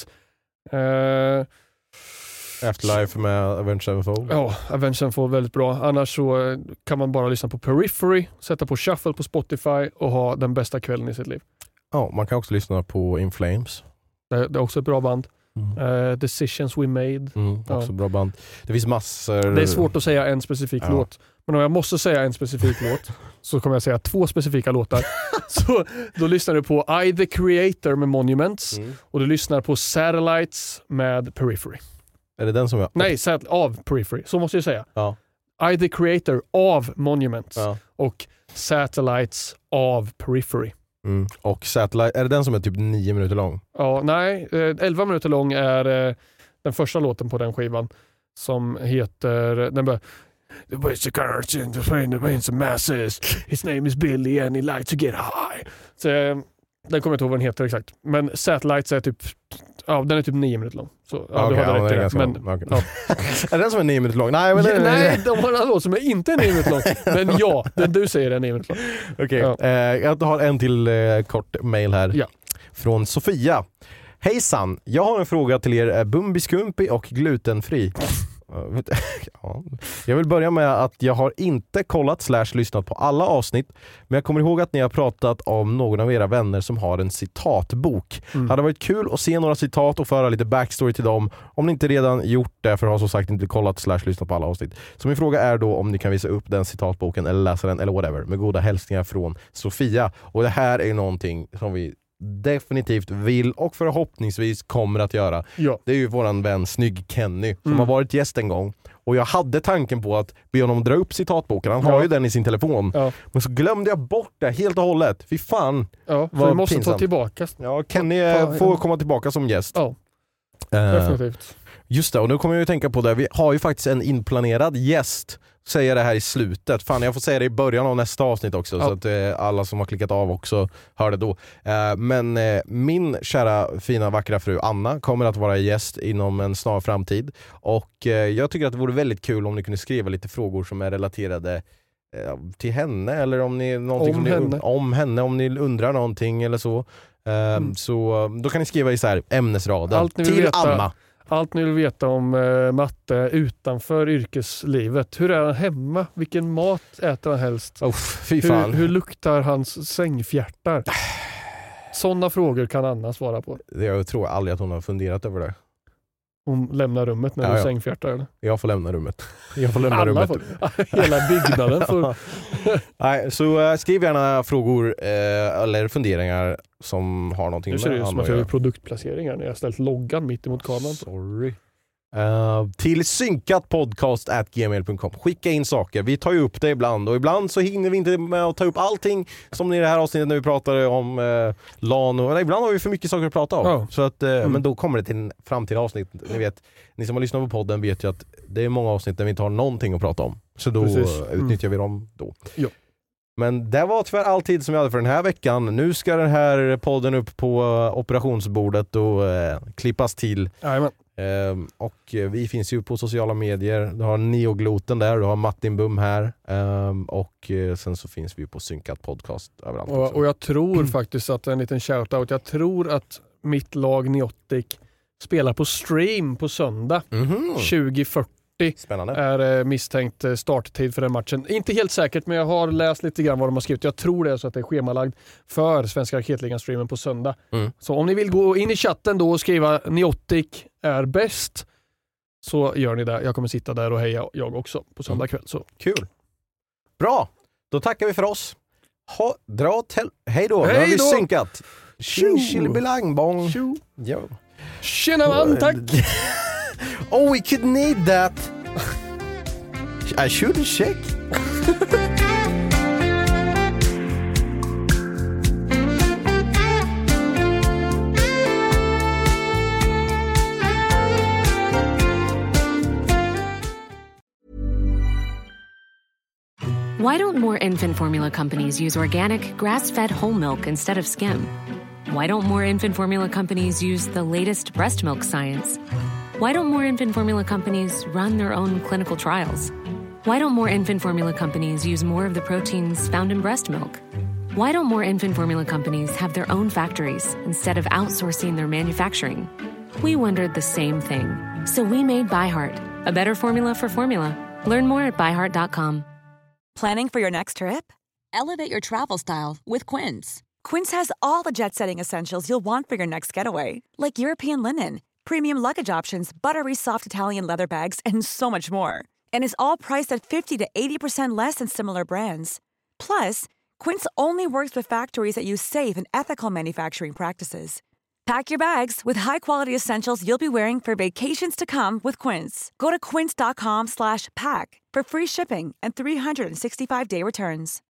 Afterlife med Avenged Sevenfold. Ja, Avenged Sevenfold, väldigt bra. Annars så kan man bara lyssna på Periphery, sätta på Shuffle på Spotify och ha den bästa kvällen i sitt liv. Ja, man kan också lyssna på In Flames. Det är också ett bra band. Decisions We Made. Också bra band. Det finns massor. Det är svårt att säga en specifik låt. Men om jag måste säga en specifik låt så kommer jag säga 2 specifika låtar. Så då lyssnar du på I the Creator med Monuments och du lyssnar på Satellites med Periphery. Är det den som jag... Nej, av Periphery. Så måste jag säga. Ja. I the Creator av Monuments och Satellites av Periphery. Och Satellite, är det den som är typ 9 minuter lång? Ja, nej. 11 minuter lång är den första låten på den skivan som heter... Den börjar... The basic currents in the brains of masses. His name is Billy and he likes to get high. Så den kommer jag inte ihåg vad den heter exakt. Men Satellites är typ... Ja, den är typ 9 minuter lång. Så du hade rätt i det. Men, är det den som är 9 minuter lång? Nej, men nej, de har en låt som är inte 9 minuter lång. Men ja, den du säger är 9 minuter lång. Okej, jag har en till kort mail här. Ja. Från Sofia. Hejsan, jag har en fråga till er bumbiskumpi och glutenfri. Ja. Jag vill börja med att jag har inte kollat / lyssnat på alla avsnitt, men jag kommer ihåg att ni har pratat om någon av era vänner som har en citatbok. Hade varit kul att se några citat och föra lite backstory till dem om ni inte redan gjort det, för har som sagt inte kollat / lyssnat på alla avsnitt. Så min fråga är då om ni kan visa upp den citatboken eller läsa den eller whatever, med goda hälsningar från Sofia. Och det här är någonting som vi definitivt vill och förhoppningsvis kommer att göra. Ja. Det är ju våran vän Snygg Kenny som har varit gäst en gång, och jag hade tanken på att be honom dra upp citatboken. Han har ju den i sin telefon. Men så glömde jag bort det helt och hållet. Fy fan. Ja, för vi måste pinsamt. Ta tillbaka. Ja, Kenny får komma tillbaka som gäst. Ja. Definitivt. Just det, och nu kommer jag ju tänka på det. Vi har ju faktiskt en inplanerad gäst. Säger det här i slutet. Fan, jag får säga det i början av nästa avsnitt också, så att alla som har klickat av också hör det då. Men min kära, fina, vackra fru Anna kommer att vara gäst inom en snar framtid. Och jag tycker att det vore väldigt kul om ni kunde skriva lite frågor som är relaterade till henne, eller om ni om henne, om ni undrar någonting eller så. Så då kan ni skriva i så här ämnesraden till Anna. Allt ni vill veta om Matte utanför yrkeslivet. Hur är han hemma? Vilken mat äter han helst? Fy fan. Hur luktar hans sängfjärtar? Sådana frågor kan Anna svara på. Jag tror aldrig att hon har funderat över det. Hon lämnar rummet när du sängfjärtar, eller? Jag får lämna rummet. Hela byggnaden får... Nej, så skriv gärna frågor eller funderingar som har någonting med Anna att göra. Nu ser det ut som produktplaceringar när jag har ställt loggan mitt emot kameran. Sorry. Till synkatpodcast@gmail.com. Skicka in saker. Vi tar ju upp det ibland och ibland så hinner vi inte med att ta upp allting som i det här avsnittet när vi pratar om LAN och ibland har vi för mycket saker att prata om. Så att, men då kommer det till framtida avsnitt. Ni som har lyssnat på podden vet ju att det är många avsnitt där vi inte har någonting att prata om. Så då utnyttjar vi dem då. Jo. Men det var tyvärr all tid som jag hade för den här veckan. Nu ska den här podden upp på operationsbordet och klippas till. Jajamän. Och vi finns ju på sociala medier. Du har Neogloten där, du har Martin Bum här och sen så finns vi på Synkat Podcast överallt. Och jag tror faktiskt att en liten shoutout. Jag tror att mitt lag Neotic spelar på stream på söndag 20:40. Spännande. Är misstänkt starttid för den matchen. Inte helt säkert, men jag har läst lite grann vad de har skrivit. Jag tror det är så att det är schemalagd för Svenska Raketligan-streamen på söndag. Så om ni vill gå in i chatten då och skriva Neotic är bäst, så gör ni det. Jag kommer sitta där och heja jag också på söndag kväll. Så. Kul. Bra. Då tackar vi för oss. Hej då. Nu har vi synkat. Tjillbilangbong. Tjena man, tack. Oh, we could need that. I shouldn't check. Why don't more infant formula companies use organic, grass-fed whole milk instead of skim? Why don't more infant formula companies use the latest breast milk science? Why don't more infant formula companies run their own clinical trials? Why don't more infant formula companies use more of the proteins found in breast milk? Why don't more infant formula companies have their own factories instead of outsourcing their manufacturing? We wondered the same thing. So we made ByHeart, a better formula for formula. Learn more at byheart.com. Planning for your next trip? Elevate your travel style with Quince. Quince has all the jet-setting essentials you'll want for your next getaway, like European linen, premium luggage options, buttery soft Italian leather bags, and so much more. And is all priced at 50 to 80% less than similar brands. Plus, Quince only works with factories that use safe and ethical manufacturing practices. Pack your bags with high-quality essentials you'll be wearing for vacations to come with Quince. Go to quince.com/pack for free shipping and 365-day returns.